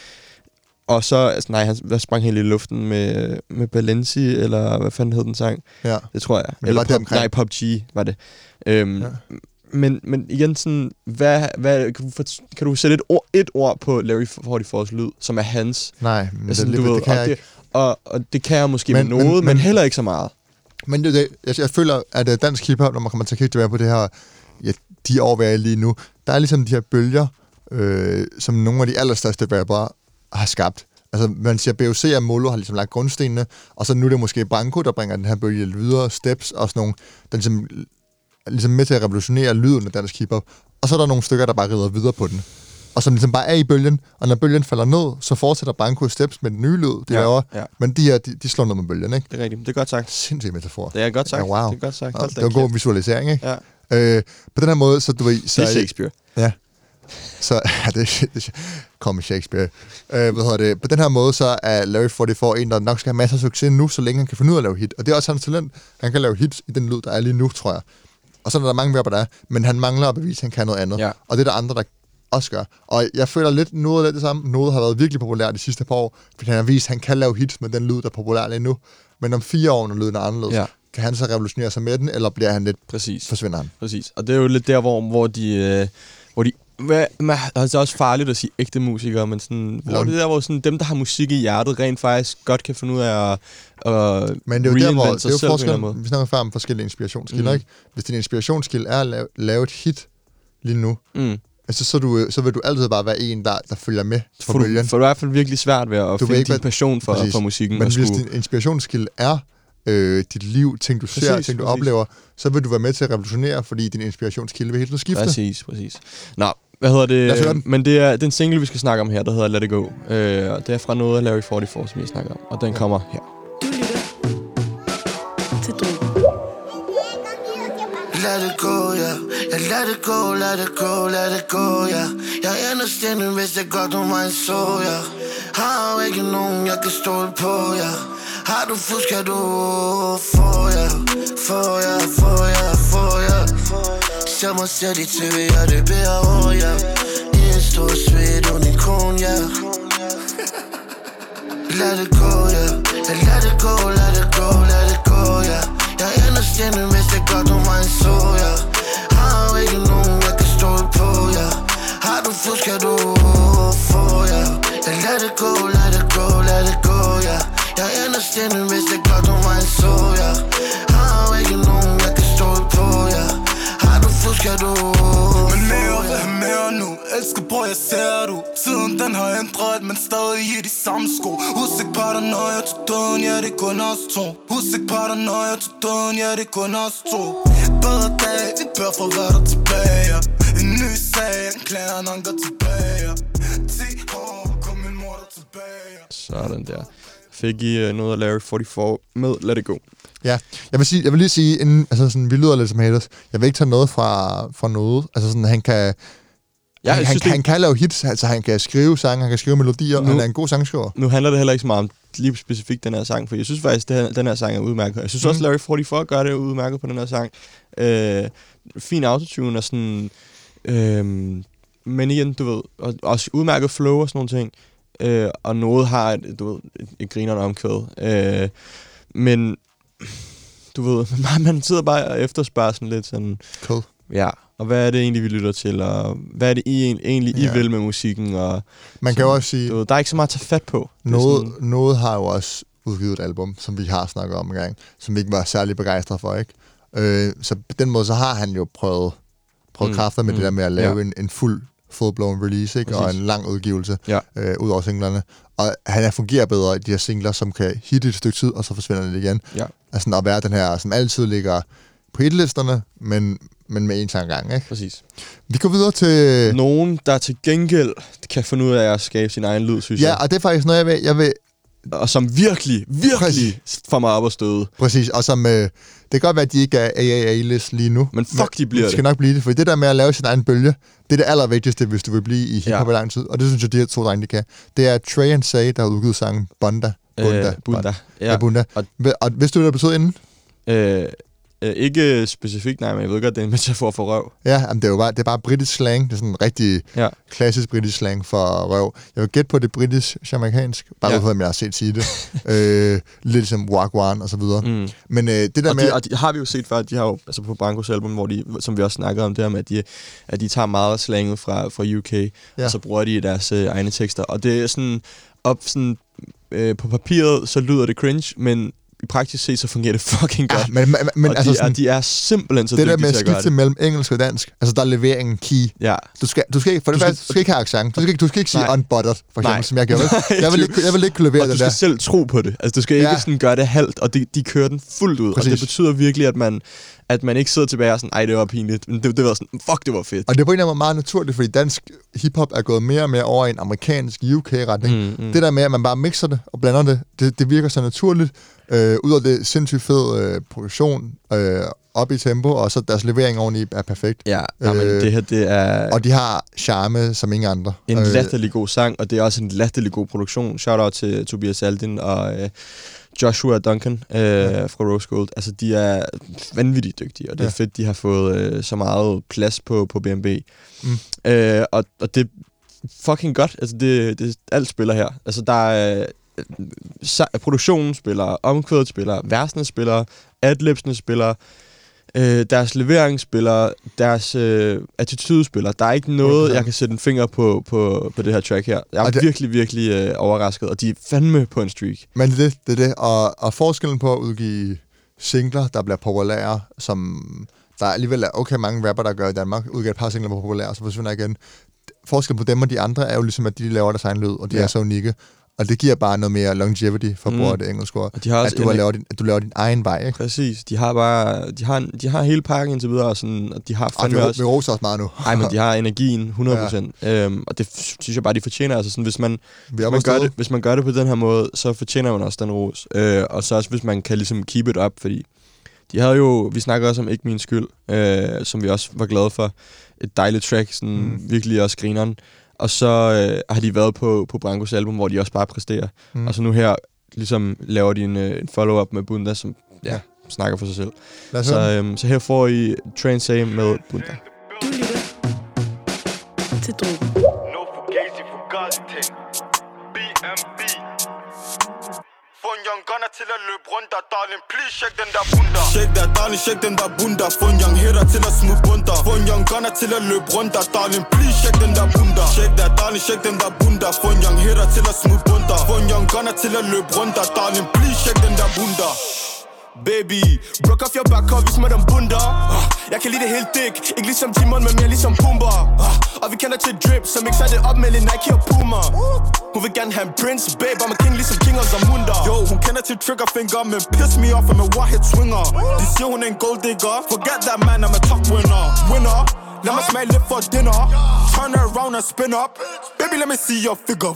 Og så, altså nej, han sprang helt i luften med, med Balenci, eller hvad fanden hed den sang? Ja. Det tror jeg. Men eller pop, nej, Pop G var det. Øhm, ja. men, men igen sådan, hvad, hvad, kan, du for, kan du sætte et ord, et ord på Larry forty-fours lyd, som er hans? Nej, men altså, det, du det, ved, det kan og jeg det, ikke. Og, og det kan jeg måske men, med noget, men, men, men heller ikke så meget. Men det, det, jeg, jeg føler, at dansk hiphop, når man kommer til at kigge tilbage på det her, ja, de år, vi er lige nu, der er ligesom de her bølger, øh, som nogle af de allerstørste rappere har skabt. Altså, man siger, B O C og Molo har ligesom lagt grundstenene, og så nu er det måske Branko, der bringer den her bølge videre, Steps og sådan nogle, der ligesom, ligesom med til at revolutionere lyden af dansk hiphop. Og så er der nogle stykker, der bare rider videre på den. Og som ligesom bare er i bølgen, og når bølgen falder ned, så fortsætter Branko og Steps med den nye lyd, de ja, laver. Ja. Men de her, de, de slår ned med bølgen, ikke? Det er rigtigt, det er godt sagt. Sindssygt metafor. Det er godt sagt, ja, wow. det er godt sagt. Ja, det var en god visualisering, ikke? Ja. Øh, på den her måde, så du ved... Så det er Shakespeare. Ja. Så ja, det, det kommer Shakespeare. Øh, hvad hedder det? På den her måde, så er Larry forty-four en, der nok skal have masser af succes nu, så længe han kan finde ud af at lave hit. Og det er også hans talent. Han kan lave hits i den lyd, der er lige nu, tror jeg. Og så er der mange rapper, der er. Men han mangler at bevise, at han kan noget andet. Ja. Og det er der andre, der også gør. Og jeg føler lidt noget af det samme. Noget har været virkelig populær de sidste par år, fordi han har vist, at han kan lave hits med den lyd, der er populær lige nu. Men om fire år, når lyden er anderledes, ja. kan han så revolutionere sig med den, eller bliver han lidt... Præcis. Forsvinder han? Præcis. Og det er jo lidt der, hvor, hvor de... Øh, hvor de Hvad, man, altså, det er også farligt at sige ægte musikere, men sådan, hvor det der, hvor sådan, dem, der har musik i hjertet, rent faktisk godt kan finde ud af at, at men det er jo der, hvor det er jo forskel, vi snakker før om forskellige inspirationskilder, mm. ikke? Hvis din inspirationskilde er at lave, lave et hit lige nu, mm. altså, så, du, så vil du altid bare være en, der, der følger med på bølgen. For du er i hvert fald virkelig svært ved at du finde din passion for, for musikken. Men hvis din inspirationskilde er øh, dit liv, ting du præcis, ser, ting du præcis. oplever, så vil du være med til at revolutionere, fordi din inspirationskilde vil helt tiden skifte. Præcis, præcis. Nå, hvad hedder det? Men det er den single, vi skal snakke om her, der hedder Let It Go. Øh, og det er fra noget af Larry forty-four, som vi snakker om. Og den kommer her. Du lytter til Drogen. Let it go, yeah. Yeah, let it go, let it go, let it go, yeah. Jeg understår, hvis det godt om mig så, ja. Har jo ikke nogen, jeg kan stole på, ja. Har du fusk, kan du få, ja. Få, ja, få, ja, få, ja. Ser mig selv i tv, og det beder over, ja. I en stor svedt unikon, ja. Let it go, ja. Yeah, let it go, let it go, let it go, ja. Jeg understår, hvis det godt om mig så, ja. Har jo ikke nogen, jeg kan stole på, ja. Har du fusk, kan du få, ja. Yeah, let it go, let it go, let it go, ja. Jeg understår, hvis det godt om mig så, ja. Har jo ikke nogen, jeg kan stole på, ja. skal du. Men mere vil have mere nu. Elsker bror, jeg ser du. Tiden den har ændret, men stadig i de samme sko. Husk ikke paranoia til døden, ja det er kun os to. Husk ikke paranoia til døden, ja det er kun os to. Bedre dag, vi bør få rettet tilbage. En ny sag, en klæren anker tilbage. ti år, kom min mor der tilbage. Sådan der. Fik I uh, noget af Larry forty-four med Let It Go. Ja, jeg vil, sige, jeg vil lige sige, inden, altså sådan, vi lyder lidt som haters, jeg vil ikke tage noget fra, fra noget. Altså sådan, han kan... Ja, han, synes, han, det... han kan lave hits, altså han kan skrive sange, han kan skrive melodier, nu, han er en god sangskriver. Nu handler det heller ikke så meget om lige specifikt den her sang, for jeg synes faktisk, at den her sang er udmærket. Jeg synes mm. også, Larry forty-four gør det udmærket på den her sang. Øh, fin autotune og sådan... Øh, men igen, du ved, og, også udmærket flow og sådan nogle ting. Øh, og noget har et, du ved, et, et grinerende omkvæd. Øh, men, du ved, man sidder bare og efterspørger sådan lidt sådan... Cool. Ja, og hvad er det egentlig, vi lytter til, og hvad er det I, egentlig, I ja. vil med musikken, og... Man kan jo også sige... Ved, der er ikke så meget at tage fat på. Noget, sådan... noget har jo også udgivet et album, som vi har snakket om en gang, som vi ikke var særlig begejstret for, ikke? Øh, så på den måde, så har han jo prøvet, prøvet mm. kræfter med mm. det der med at lave ja. en, en fuld full-blown release, ikke? Og en lang udgivelse, ja. øh, ud over singlerne. Og han fungerer bedre i de her singler, som kan hitte et stykke tid, og så forsvinder det igen. Ja. Altså at være den her, som altid ligger på hitlisterne, men, men med en sang gang, ikke? Præcis. Vi går videre til... Nogen, der til gengæld kan finde ud af at skabe sin egen lyd, synes ja, jeg. Ja, og det er faktisk noget, jeg vil... Jeg vil og som virkelig, virkelig Præcis. får mig op at støde. Præcis, og som... Øh, det kan godt være, at de ikke er A A A-list lige nu. Men fuck, de bliver det. De skal nok blive det, for det der med at lave sin egen bølge, det er det allervigtigste, hvis du vil blive i hiphop ja. i lang tid. Og det synes jeg, de her to drenge, de kan. Det er Trey and Say, der har udgivet sangen Bunda. Bunda. Øh, Bunda. Ja. ja, Bunda. Og, og vidste du, hvad det betød inden? Øh... Øh, ikke specifikt, nej, men jeg ved godt, det er en metafor for røv. Ja, men det er jo bare, det er bare britisk slang. Det er sådan en rigtig ja. klassisk britisk slang for røv. Jeg vil gætte på det britisk-jamaikansk, bare ja. ved, om jeg har set sige det. øh, lidt som Wagwan og så videre. Mm. Men øh, det der og med... De, og de har vi jo set før, de har jo, altså på Brancos album, hvor de, som vi også snakkede om, det her med, at de, at de tager meget af slanget fra, fra U K, ja. og så bruger de deres øh, egne tekster. Og det er sådan, op sådan, øh, på papiret, så lyder det cringe, men i praktisk set, så fungerer det fucking godt. Ja, men, men, men, og altså de, sådan, er, de er simpelthen så dygtige til at gøre det. Det der med at skifte mellem engelsk og dansk, altså der er leveringen key. Ja. Du skal, du skal ikke, for det første, du skal ikke have accent. Du skal ikke, du skal ikke sige unbuttered, for eksempel, nej. som jeg gjorde. Jeg vil ikke, jeg vil ikke kunne levere og det der. der. Du skal selv tro på det. Altså, du skal ja. ikke sådan gøre det halvt, og de, de kører den fuldt ud. Præcis. Og det betyder virkelig, at man, at man ikke sidder tilbage og sådan, ej, det var pinligt. Men det, det var sådan, fuck, det var fedt. Og det er på en eller anden måde meget naturligt, fordi dansk hiphop er gået mere og mere over i en amerikansk U K-retning. Mm, mm. Det der med, at man bare mixer det og blander det, det, det virker så naturligt. Øh, ud af det sindssygt fed øh, produktion, øh, op i tempo, og så deres levering oveni er perfekt. Ja, øh, men det her, det er... Og de har charme som ingen andre. En øh, latterlig god sang, og det er også en latterlig god produktion. Shout-out til Tobias Aldin og øh, Joshua Duncan øh, ja. fra Rose Gold. Altså, de er vanvittigt dygtige, og det er ja. fedt, de har fået øh, så meget plads på, på B M B. Mm. Øh, og, og det er fucking godt. Altså, det, det alt spiller her. Altså, der er... produktionen spiller, omkvædet spiller, versene spiller, adlibsene spiller, øh, deres levering spiller, deres øh, attitude spiller. Der er ikke noget, okay. jeg kan sætte en finger på, på, på det her track her. Jeg er det, virkelig, virkelig øh, overrasket, og de er fandme på en streak. Men det er det, det, er det. Og, og forskellen på at udgive singler, der bliver populære, som der alligevel er okay mange rapper, der gør i Danmark, udgiver et par singler, der er populære, så forsvinder igen. Forskellen på dem og de andre er jo ligesom, at de laver deres egen lyd, og de ja. er så unikke. Og det giver bare noget mere longevity for at bruge mm. det engelske ord. At, at, du laver din, at du laver din egen vej, ikke? Præcis. De har bare... De har, de har hele pakken indtil videre, og, sådan, og de har fandme og vi, også... vi roser også meget nu. Nej, men de har energien hundrede procent. Ja. Øhm, og det synes jeg bare, de fortjener. Altså sådan, hvis man, hvis, man gør det, hvis man gør det på den her måde, så fortjener man også den ros. Øh, og så også, hvis man kan ligesom keep it up, fordi... De havde jo... Vi snakker også om Ikke Min Skyld, øh, som vi også var glade for. Et dejligt track, sådan mm. virkelig også grineren. Og så øh, har de været på, på Brancos album, hvor de også bare præsterer. Mm. Og så nu her ligesom laver de en, en follow-up med Bunda, som ja, snakker for sig selv. Så, øhm, så her får I Trey and Say med Bunda. Du lytter til Drogen. No fugazi fugazi ting. B M B. Få en young gunner til at løbe rundt der, darling. Please check den der bunda. Shake that, darling, shake den der bunda. Få en young hitter til at smooth bunda. Få en young gunner til at løbe rundt der, darling. Please check den der bunda. Shake that, darling, shake den der bunda. Få en young hitter til at smooth bunda. Få en young gunner til at løbe rundt der, darling. Please check den der bunda. Baby, broke off your back og vis mig den bunder. Jeg kan lide det helt dick, ikke ligesom Timon, men mere ligesom Pumba. Og vi kender til drip, som ikke det op med lidt Nike og Puma. Hun vil gerne have en prince, babe, I'm a king ligesom King og Zamunda. Yo, hun kender til triggerfinger, men piss me off, I'm a one-hit swinger. De siger hun er en gold digger, forget that man, I'm a top winner. Winner, lad mig smage lidt for dinner. Turn around and spin up, baby, let me see your figure.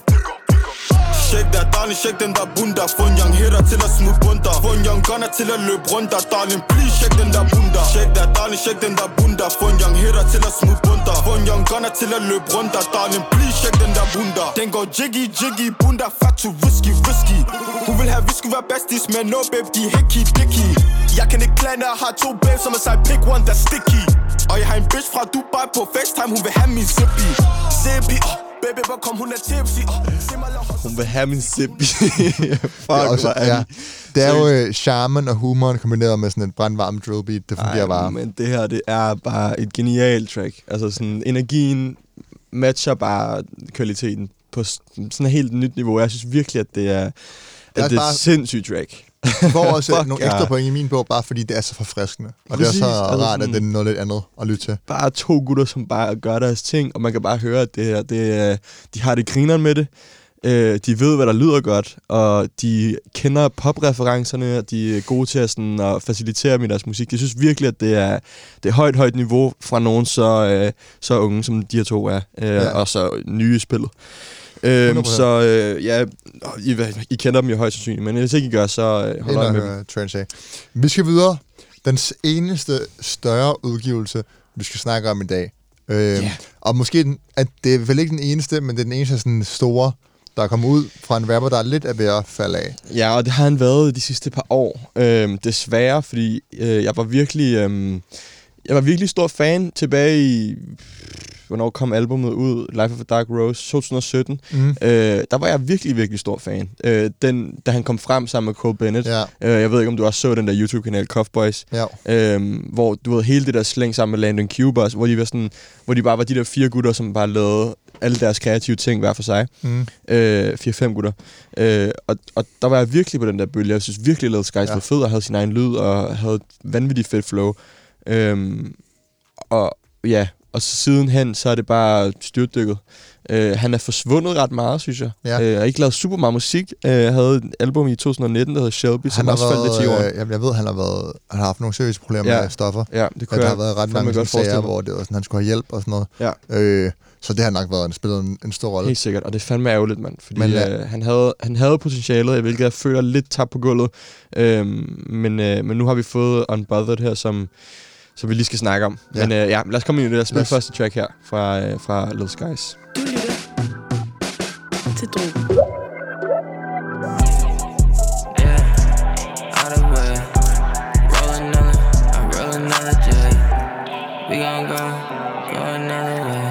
Shake that, darling, shake den der bunda. Få en young hitter til at smide bunter. Få en young gunner til at løbe rundt der, darling. Please shake den der bunda. Shake that, darling, shake den der bunda. Få en young hitter til at smide bunter. Få en young gunner til at løbe rundt der, darling. Please shake den der bunda. Den går jiggy, jiggy, bunda, fat to risky, risky. Hun vil have, vi skulle være besties, men no babe, de hickey, dicky. Jeg kan ikke klare, jeg har to babes, som er sig pick one, der sticky. Og jeg har en bitch fra Dubai på FaceTime, hun vil have min zippy. Zippy, oh. Baby, hvor kom hun er tipsy. Hun vil have min zippy. Fuck, det er, også, ja. Det er jo charmen og humoren kombineret med sådan en brandvarm drillbeat. Det fungerer Ej, bare. Men det her, det er bare et genialt track. Altså sådan, energien matcher bare kvaliteten på sådan et helt nyt niveau. Jeg synes virkelig, at det er, at det er et sindssygt track. Du får også Fuck, nogle ekstra ja. point i min bog, bare fordi det er så forfriskende. Og Præcis, det er så altså rart, sådan, at det er noget lidt andet at lytte til. Bare to gutter, som bare gør deres ting, og man kan bare høre, at det her, det, de har det grineren med det. De ved, hvad der lyder godt, og de kender popreferencerne, og de er gode til at, sådan, at facilitere med deres musik. Jeg synes virkelig, at det er, det er højt, højt niveau fra nogen så, så unge, som de her to er, ja. og så nye i spillet. Øhm, så øh, ja, I, I kender dem jo højst sandsynligt, men hvis ikke I gør, så øh, hold øje med dem. Trance. Vi skal videre. Den eneste større udgivelse, vi skal snakke om i dag. Øh, yeah. Og måske, den, at det er vel ikke den eneste, men det er den eneste sådan store, der er kommet ud fra en rapper, der er lidt af ved at falde af. Ja, og det har han været de sidste par år. Øh, desværre, fordi øh, jeg var virkelig... Øh, jeg var virkelig stor fan tilbage i... Hvornår kom albumet ud? Life of a Dark Rose, to tusind og sytten. Mm. Øh, der var jeg virkelig, virkelig stor fan. Øh, den, da han kom frem sammen med Cole Bennett. Ja. Øh, jeg ved ikke, om du også så den der YouTube-kanal, Cuff Boys. Ja. Øh, hvor du ved, hele det der slæng sammen med Landon Cubas, hvor de, var sådan, hvor de bare var de der fire gutter, som bare lavede alle deres kreative ting hver for sig. Mm. Øh, fire-fem gutter. Øh, og, og der var jeg virkelig på den der bølge. Jeg synes virkelig, at Lil Skies ja. var fed, og havde sin egen lyd, og havde et vanvittigt fedt flow. Øh, og ja... Og så sidenhen, så er det bare styrtdykket. Uh, han er forsvundet ret meget, synes jeg. Ja. Uh, jeg har ikke lavet super meget musik. Uh, jeg havde et album i to tusind og nitten, der hedder Shelby, som også faldt lidt til jorden. Øh, jeg ved, han har, været, han har haft nogle seriøse problemer ja. med stoffer. Ja, det kunne ja, der har været ret mange sager, hvor det var sådan, han skulle have hjælp og sådan noget. Ja. Uh, så det har nok været, spillet en, en stor rolle. Helt sikkert, og det er fandme ærgerligt, mand. Fordi men, ja. uh, han, havde, han havde potentialet, hvilket jeg føler lidt tabt på gulvet. Uh, men, uh, men nu har vi fået Unbothered her, som... som vi lige skal snakke om. Ja. Men øh, ja, lad os komme ind i det. Lad os spille yes. første track her fra, øh, fra Lil Skies. Du lytter til Drogen. Yeah, out of way. Roll another, I roll another J. We gon' go, go another way.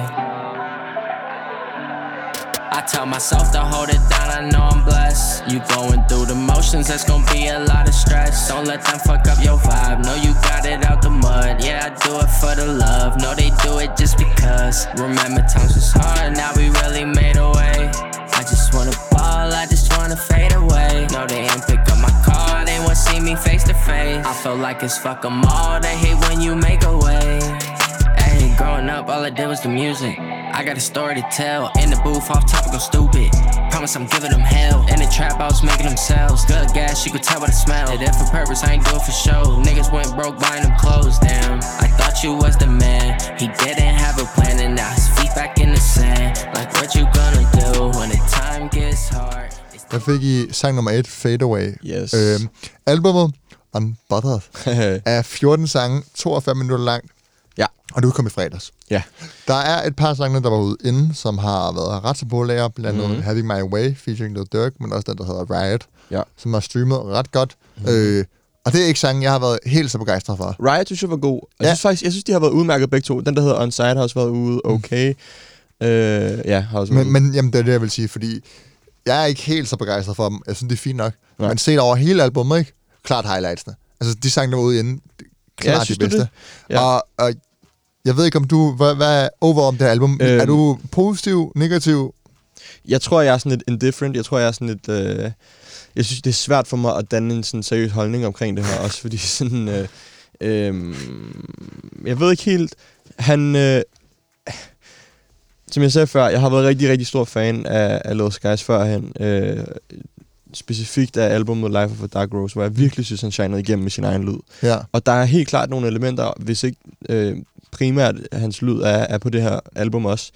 I tell myself to hold it down, I know I'm blessed. You going through the motions, that's gonna be a lot of stress. Don't let them fuck up your vibe, know you got it out the mud. Yeah, I do it for the love, no they do it just because. Remember times was hard, now we really made a way. I just wanna ball, I just wanna fade away. No, they ain't pick up my call, they won't see me face to face. I feel like it's fuck them all, they hate when you make a way. Hey, growing up, all I did was the music. I got a story to tell. In the booth, off topic, go stupid. Promise I'm giving them hell. In the trap, I was making them sales. Good gas, you could tell by the smell. Did it for purpose, I ain't do it for show. Niggas went broke buying them clothes, damn. I thought you was the man. He didn't have a plan, and now his feet back in the sand. Like what you gonna do when the time gets hard? Der fik I sang nummer et, Fade Away. Yes. Øhm, albumet Unbothered er fjorten sange, toogfyrre minutter langt. Ja. Og det udkom i fredags. Ja. Der er et par sange, der var ude inden, som har været ret så populære, blandt andet mm-hmm. Having My Way, featuring Lil Durk, men også den, der hedder Riot, ja. som har streamet ret godt. Mm-hmm. Øh, og det er ikke sangen, jeg har været helt så begejstret for. Riot synes jeg var god. Jeg, ja. synes faktisk, jeg synes, de har været udmærket begge to. Den, der hedder Onside, har også været ude okay. Mm. Øh, ja, har også været men, men jamen, det er det, jeg vil sige, fordi jeg er ikke helt så begejstret for dem. Jeg synes, det er fint nok. Nej. Men set over hele albumet, ikke? Klart highlightsene. Altså, de sange, der var ude inden, klart ja, de bedste. Ja. Og, og jeg ved ikke, om du... Hvad, hvad er over om det her album? Øh, er du positiv, negativ? Jeg tror, jeg er sådan lidt indifferent. Jeg tror, jeg er sådan lidt... Øh, jeg synes, det er svært for mig at danne en sådan seriøs holdning omkring det her. Også fordi sådan... Øh, øh, jeg ved ikke helt... Han... Øh, som jeg sagde før, jeg har været rigtig, rigtig stor fan af, af Lil Skies førhen. Øh, specifikt af albumet Life of a Dark Rose, hvor jeg virkelig synes, han shinede igennem med sin egen lyd. Ja. Og der er helt klart nogle elementer, hvis ikke øh, primært hans lyd er, er på det her album også.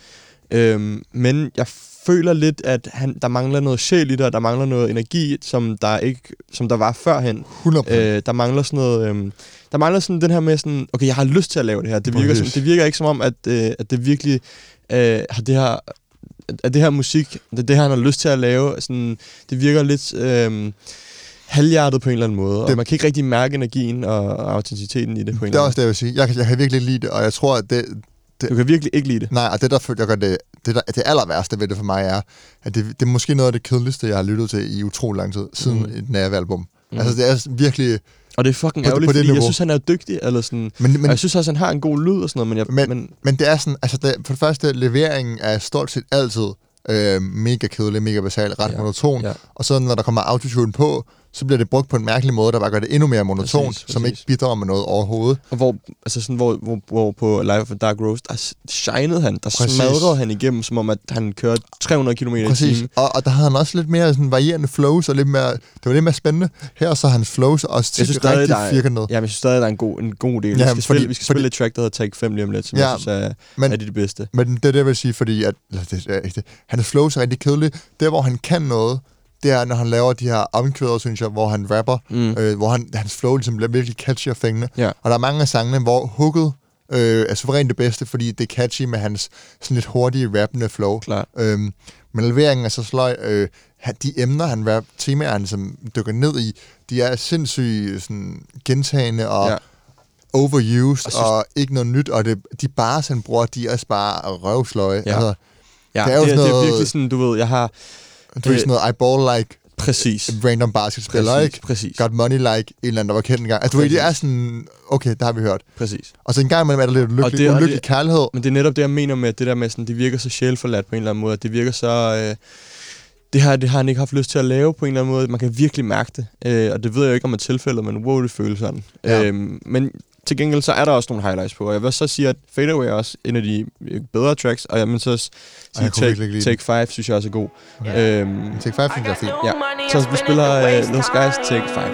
Øh, men jeg føler lidt, at han, der mangler noget sjæl i det, og der mangler noget energi, som der ikke, som der var førhen. hundrede procent. Øh, der mangler sådan noget... Øh, der mangler sådan den her med sådan, okay, jeg har lyst til at lave det her. Det virker, som, det virker ikke som om, at, øh, at det virkelig øh, har det her... at det her musik, det er det her, han har lyst til at lave, sådan, det virker lidt øh, halvhjertet på en eller anden måde, det, og man kan ikke rigtig mærke energien og, og autenticiteten i det på en det eller anden måde. Det er også det, jeg vil sige. Jeg kan, jeg kan virkelig lide det, og jeg tror, at det... det du kan virkelig ikke lide det? Nej, og det, der, jeg gør det, det, der, det aller værste ved det for mig er, at det, det er måske noget af det kedeligste, jeg har lyttet til i utrolig lang tid, siden mm. et Nave-album. Mm. Altså, det er virkelig... Og det er fucking på, ærgerligt, på fordi niveau. jeg synes, han er dygtig, eller sådan, men, men, og jeg synes også, han har en god lyd og sådan noget, men... Jeg, men, men, men det er sådan, altså, det, for det første, leveringen er stort set altid øh, mega kedelig, mega basal, ret ja, monoton, ja. Og så når der kommer autotune på, så bliver det brugt på en mærkelig måde, der bare gør det endnu mere monotont, præcis, præcis. Som ikke bidrager med noget overhovedet. Og hvor, altså sådan, hvor, hvor, hvor på Life of a Dark Rose, der shinede han, der præcis. Smadrede han igennem, som om at han kørte tre hundrede kilometer i timen. Og, og der havde han også lidt mere sådan varierende flows, og lidt mere, det var lidt mere spændende. Her så hans flows også tit rigtig firkantet. Ja, men jeg synes stadig, der er en god, en god del. Ja, vi skal, fordi, spille, vi skal fordi, spille et track, der hedder Take fem lige om lidt, som ja, jeg synes er, men, er det, det bedste. Men det er det, jeg vil sige, fordi at, det, det, hans flows er rigtig kedelige. Der, hvor han kan noget, det er, når han laver de her omkvæder, synes jeg, hvor han rapper, mm. øh, hvor han, hans flow ligesom bliver virkelig catchy og fængende. Ja. Og der er mange af sangene, hvor hooket øh, er suverænt det bedste, fordi det er catchy med hans sådan lidt hurtige, rappende flow. Øhm, men leveringen er så sløj. Øh, de emner, han rap, temaer, han ligesom dykker ned i, de er sindssygt sådan, gentagende og ja. overused, og, synes... og ikke noget nyt. Og det, de bars, han bruger, de er også bare røvsløje. Ja, altså, ja det, er, det, noget, det er virkelig sådan, du ved, jeg har... Du er sådan noget eyeball-like præcis. Random basketspiller, præcis, ikke? Præcis. Got money-like en eller anden, der var kendt engang. Altså, du ved, det er sådan, okay, det har vi hørt. Præcis. Og så en gang imellem er der lidt ulykkelig, det, ulykkelig det, kærlighed. Men det er netop det, jeg mener med, det der med, sådan, det virker så sjælforladt på en eller anden måde. Det virker så... Øh, det, her, det har han ikke haft lyst til at lave på en eller anden måde. Man kan virkelig mærke det. Øh, og det ved jeg jo ikke, om det er tilfældet, men wow, det føles sådan. Ja. Øh, men... Til gengæld så er der også nogle highlights på, og jeg vil så sige, at Fade Away er også en af de bedre tracks, og jeg vil så sige, Take, Take five synes jeg også er god. Okay. Øhm, Take five synes jeg er fint. Ja, så vi spiller uh, Lil Skies Take five.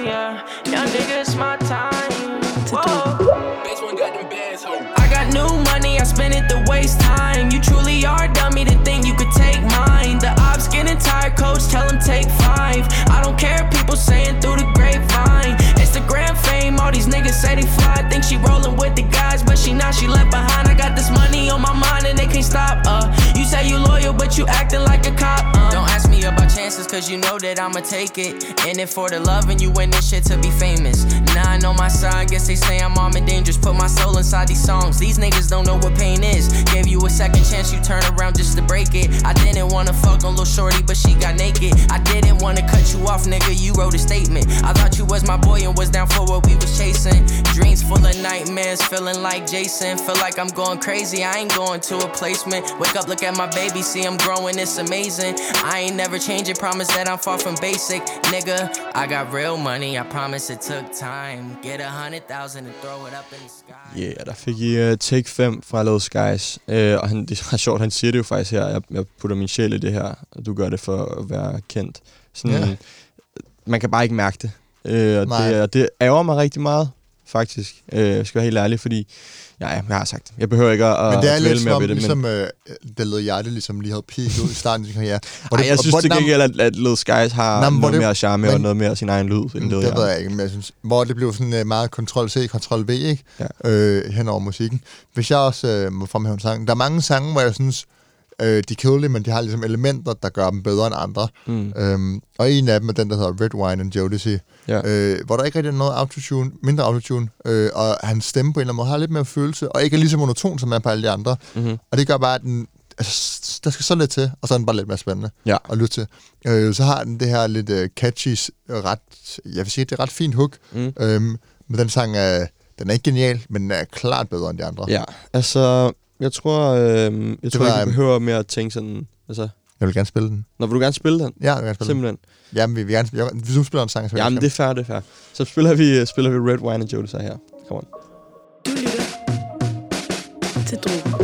I got new money, I spend it to waste time. You truly are dummy to think you could take mine. The ops getting tired, coach, tell them take five. I don't care, people saying through the grapevine. Instagram fame, all these niggas say they fly. Think she rolling with the guys, but she not, she left behind. I got this money on my mind and they can't stop. Uh, you say you loyal, but you acting like a cop. Uh. Don't ask me about chances, cause you know that I'ma take it. In it for the love and you win this shit to be famous. Now I know my side, guess they say I'm armed and dangerous. Put my soul inside these songs. These niggas don't know what pain is. Gave you a second chance, you turn around just to break it. I didn't wanna fuck on Lil Shorty, but she got naked. I didn't wanna cut you off, nigga, you wrote a statement. I thought you was my boy and was down for what we was chasing. Dreams full of nightmares, feeling like Jason. Feel like I'm going crazy, I ain't going to a placement. Wake up, look at my baby, see I'm growing, it's amazing. I ain't never changing, promise that I'm far from basic. Nigga, I got real money, I promise it took time. Get a hundred thousand and throw it up in the sky. Yeah, der fik I uh, Take fem fra Lil Skies. Uh, og han, det er sjovt, han siger det jo faktisk her. Jeg, jeg putter min sjæl i det her, og du gør det for at være kendt. Sådan, yeah. Man kan bare ikke mærke det. Uh, og det, og det ærger mig rigtig meget, faktisk. Uh, jeg skal være helt ærlig, fordi... Ja, jeg har sagt det. Jeg behøver ikke at men det er lidt mere ved det, ligesom, men... øh, det lød hjerte, ligesom lige havde peaked ud i starten af sin karriere. Ej, det, jeg synes til gengæld, at, at Lil Skies har nam, noget det, mere charme og noget mere sin egen lyd. End det, det ved jeg ikke, men jeg synes, hvor det blev sådan uh, meget Ctrl-C, Ctrl-V, ikke? Ja. Øh, hen over musikken. Hvis jeg også øh, må fremhæve en sang. Der er mange sange, hvor jeg synes, øh, de er kedelige, men de har ligesom elementer, der gør dem bedre end andre. Mm. Øhm, og en af dem er den, der hedder Red Wine and Jodeci. Ja. Øh, hvor der ikke rigtig er noget autotune, mindre autotune, øh, og hans stemme på en eller anden måde har lidt mere følelse, og ikke er lige så monoton, som er på alle de andre. Mm-hmm. Og det gør bare, at den, altså, der skal så lidt til, og så er den bare lidt mere spændende ja. At lytte til. Øh, så har den det her lidt uh, catchy, ret, jeg vil sige, det er ret fint hook, mm. øhm, men den sang er, den er ikke genial, men den er klart bedre end de andre. Ja, altså, jeg tror, øh, jeg tror ikke, vi behøver mere at tænke sådan, altså... Jeg vil gerne spille den. Nå, vil du gerne spille den? Ja, jeg vil gerne spille Simpelthen. den. Jamen, vi vil gerne spille. Hvis du spiller en sang, så vil Jamen, det er fair, det er fair. Så spiller vi, spiller vi Red Wine and Jodeci her. Come on. Du lytter til Drogen.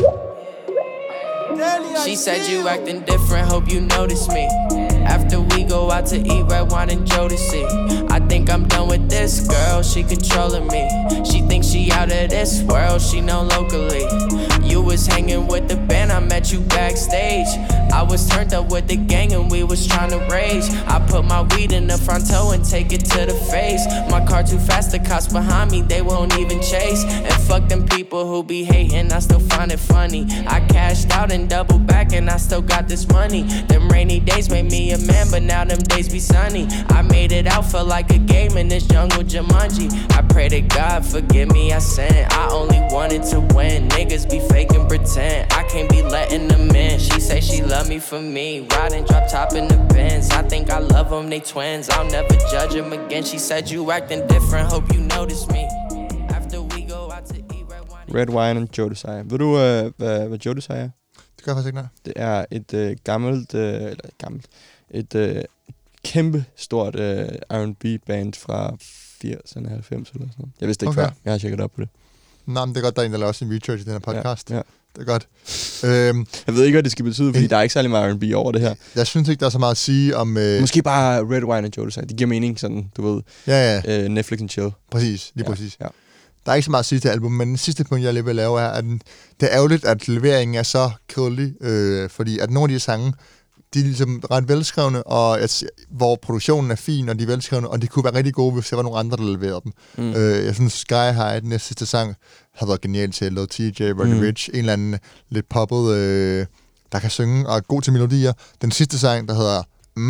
She said you acting different, hope you notice me. After we go out to eat red wine and Jodeci, I think I'm done with this girl, she controlling me. She thinks she out of this world, she know locally. You was hanging with the band, I met you backstage. I was turned up with the gang and we was trying to rage. I put my weed in the front toe and take it to the face. My car too fast, the cops behind me, they won't even chase. And fuck them people who be hating, I still find it funny. I cashed out and doubled back and I still got this money. Them rainy days made me a man, but now them days be sunny. I made it out, felt like a game in this jungle Jumanji. I pray to God, forgive me, I sinned. I only wanted to win, niggas be fake and pretend. I can't be letting them in. She say she love me for me, riding drop top in the Benz. I think I love them, they twins, I'll never judge them again. She said you acting different, hope you notice me. After we go out to eat red wine. Red Wine and Jodeci. Ved du, øh, hvad, hvad Jodeci er? Det gør jeg faktisk ikke, nej. Det er et øh, gammelt, øh, eller gammelt, et øh, kæmpe stort øh, R and B-band fra firserne, halvfemserne eller sådan noget. Jeg vidste ikke okay. før, jeg har tjekket op på det. Nej, men det er godt, der er en, der laver sin research i den her podcast. Ja, ja. Det er godt. øhm, jeg ved ikke, hvad det skal betyde, fordi der er ikke særlig meget R and B over det her. Jeg synes ikke, der er så meget at sige om... Øh... Måske bare Red Wine and Jodeci. Det giver mening, sådan, du ved. Ja, ja. Øh, Netflix and chill. Præcis, lige ja, præcis. Ja. Der er ikke så meget at sige til album, men den sidste punkt, jeg lige vil lave, er, at den, det er ærgerligt, at leveringen er så kedelig, øh, fordi at nogle af de sange, de er ligesom ret velskrevne, og at, hvor produktionen er fin, og de er velskrevne, og de kunne være rigtig gode, hvis der var nogle andre, der leverede dem. Mm. Øh, jeg synes, Sky High, den næste sidste sang, har været genialt til Lil T J, Roddy mm. Ricch, en eller anden lidt poppet, øh, der kan synge og er god til melodier. Den sidste sang, der hedder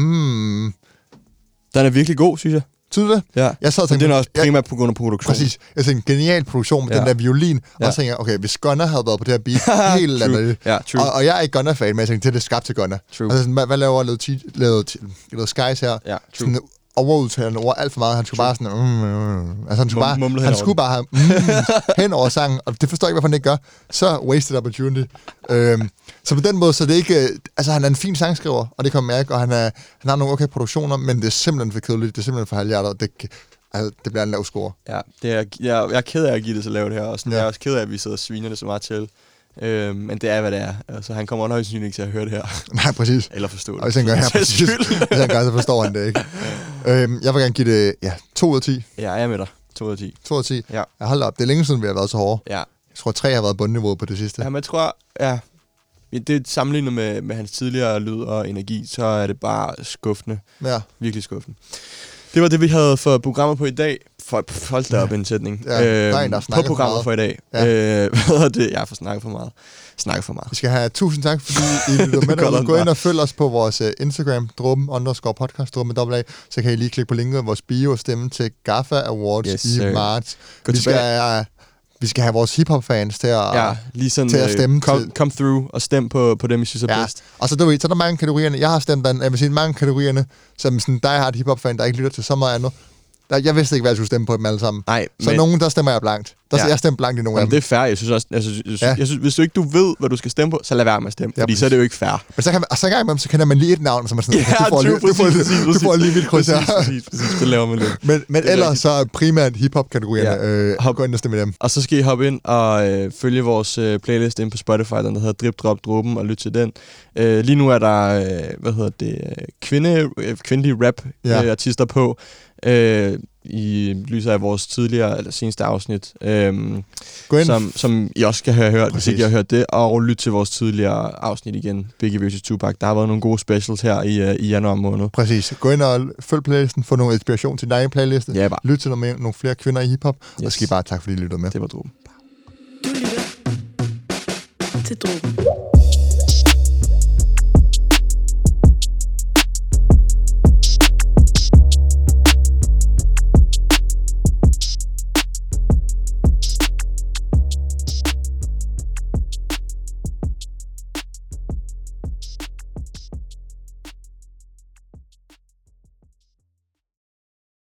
Mm. Den er virkelig god, synes jeg. Synes du det? Ja, jeg sad og tænkte, det er også primært på grund af produktion. Præcis. Jeg tænkte, genial produktion med ja. den der violin. Ja. Og så tænkte jeg, okay, hvis Gunna havde været på det her beat, helt latterligt. Ja, og, og jeg er ikke Gunna-fan, men jeg tænkte, det er det skabt til Gunna. True. Altså, hvad, hvad laver Lil Skies her? Ja, sådan overudtalende ord alt for meget. Han skulle true. bare sådan... Mm, mm, altså, han skulle bare, Mumle han skulle bare have mm, hen over sangen, og det forstår jeg ikke, hvorfor han ikke gør. Så wasted opportunity. øhm, så på den måde, så det er ikke... Altså, han er en fin sangskriver, og det kan man mærke, og han, er, han har nogle okay produktioner, men det er simpelthen for kedeligt, det er simpelthen for halvhjertet, det, altså, det bliver en lav score. Ja, det er, jeg, jeg er ked af at give det så lavt her, og sådan, ja. jeg er også ked af, at vi sidder og sviner det så meget til. Øhm, men det er, hvad det er. Altså, han kommer højst sandsynligt ikke til at høre det her. Nej, præcis. Eller forstå det. Og hvis han gør her, præcis. Hvis han gør, så forstår han det ikke. øhm, jeg vil gerne give det, ja, to ud af ti. Ja, jeg er med dig. to ud af ti. to ud af ti. Ja. Jeg holder op. Det er længe siden, vi har været så hårde. Ja. Jeg tror, tre har været bundniveauet på det sidste. Ja, men jeg tror, ja... Det er sammenlignet med, med hans tidligere lyd og energi, så er det bare skuffende. Ja. Virkelig skuffende. Det var det, vi havde for programmet på i dag. For, hold da op en sætning. Ja, øh, der er en, der på programmet for, for i dag. Ja. Øh, hvad er det? Jeg har fået snakket for meget. Snakket for meget. Vi skal have tusind tak, fordi I lytter med derude. Gå ind og følg os på vores uh, Instagram, dråben underscore podcast, dråben med dobbelt A. Så kan I lige klikke på linket vores bio og stemme til Gaffa Awards yes, i marts. Vi skal... Uh, Vi skal have vores hiphop-fans til at, ja, lige sådan, til at stemme. Come, til. come through og stemme på, på dem, I synes er ja. bedst. Og så, du ved, så er der mange kategorierne. Jeg har stemt den, jeg vil sige, mange kategorierne, som sådan, der har et hiphop-fan, der ikke lytter til så meget andet. Jeg vidste ikke, hvad jeg skulle stemme på dem alle sammen. Nej, så men... nogen, der stemmer jeg blankt. Der ja. Jeg stemmer blankt i nogle Jamen, af dem. Det er fair. Jeg synes også, altså, jeg synes, ja. jeg synes, hvis du ikke du ved, hvad du skal stemme på, så lad være med at stemme. Ja, fordi så er det jo ikke fair. Men så kan man, og så gang imellem, så kender man lige et navn, som er sådan, ja, du får, true, lige, præcis, du, får, præcis, du, du får lige mit kryds her. Præcis, præcis, præcis, det laver man lidt. Men, men ellers så er primært hiphop-kategorierne. Ja. Øh, Hop. Gå ind og stemme dem. Og så skal I hoppe ind og øh, følge vores øh, playlist ind på Spotify, der hedder Drip Drop Dråben, og lytte til den. Øh, lige nu er der, øh, hvad hedder det, kvinde, øh, kvindelige rap-artister ja. på. Øh, i lyset af vores tidligere eller seneste afsnit, øhm, som, som I også skal have hørt, hvis ikke I har hørt det, og lytte til vores tidligere afsnit igen, Biggie versus. Tupac. Der har været nogle gode specials her i, uh, i januar måned. Præcis. Gå ind og følg playlisten, få noget inspiration til din egen playliste. Ja, bare. Lyt til nogle, nogle flere kvinder i hiphop, yes. Og skal I bare tak, fordi I lyttede med. Det var Dråben. Du lytter til Dråben.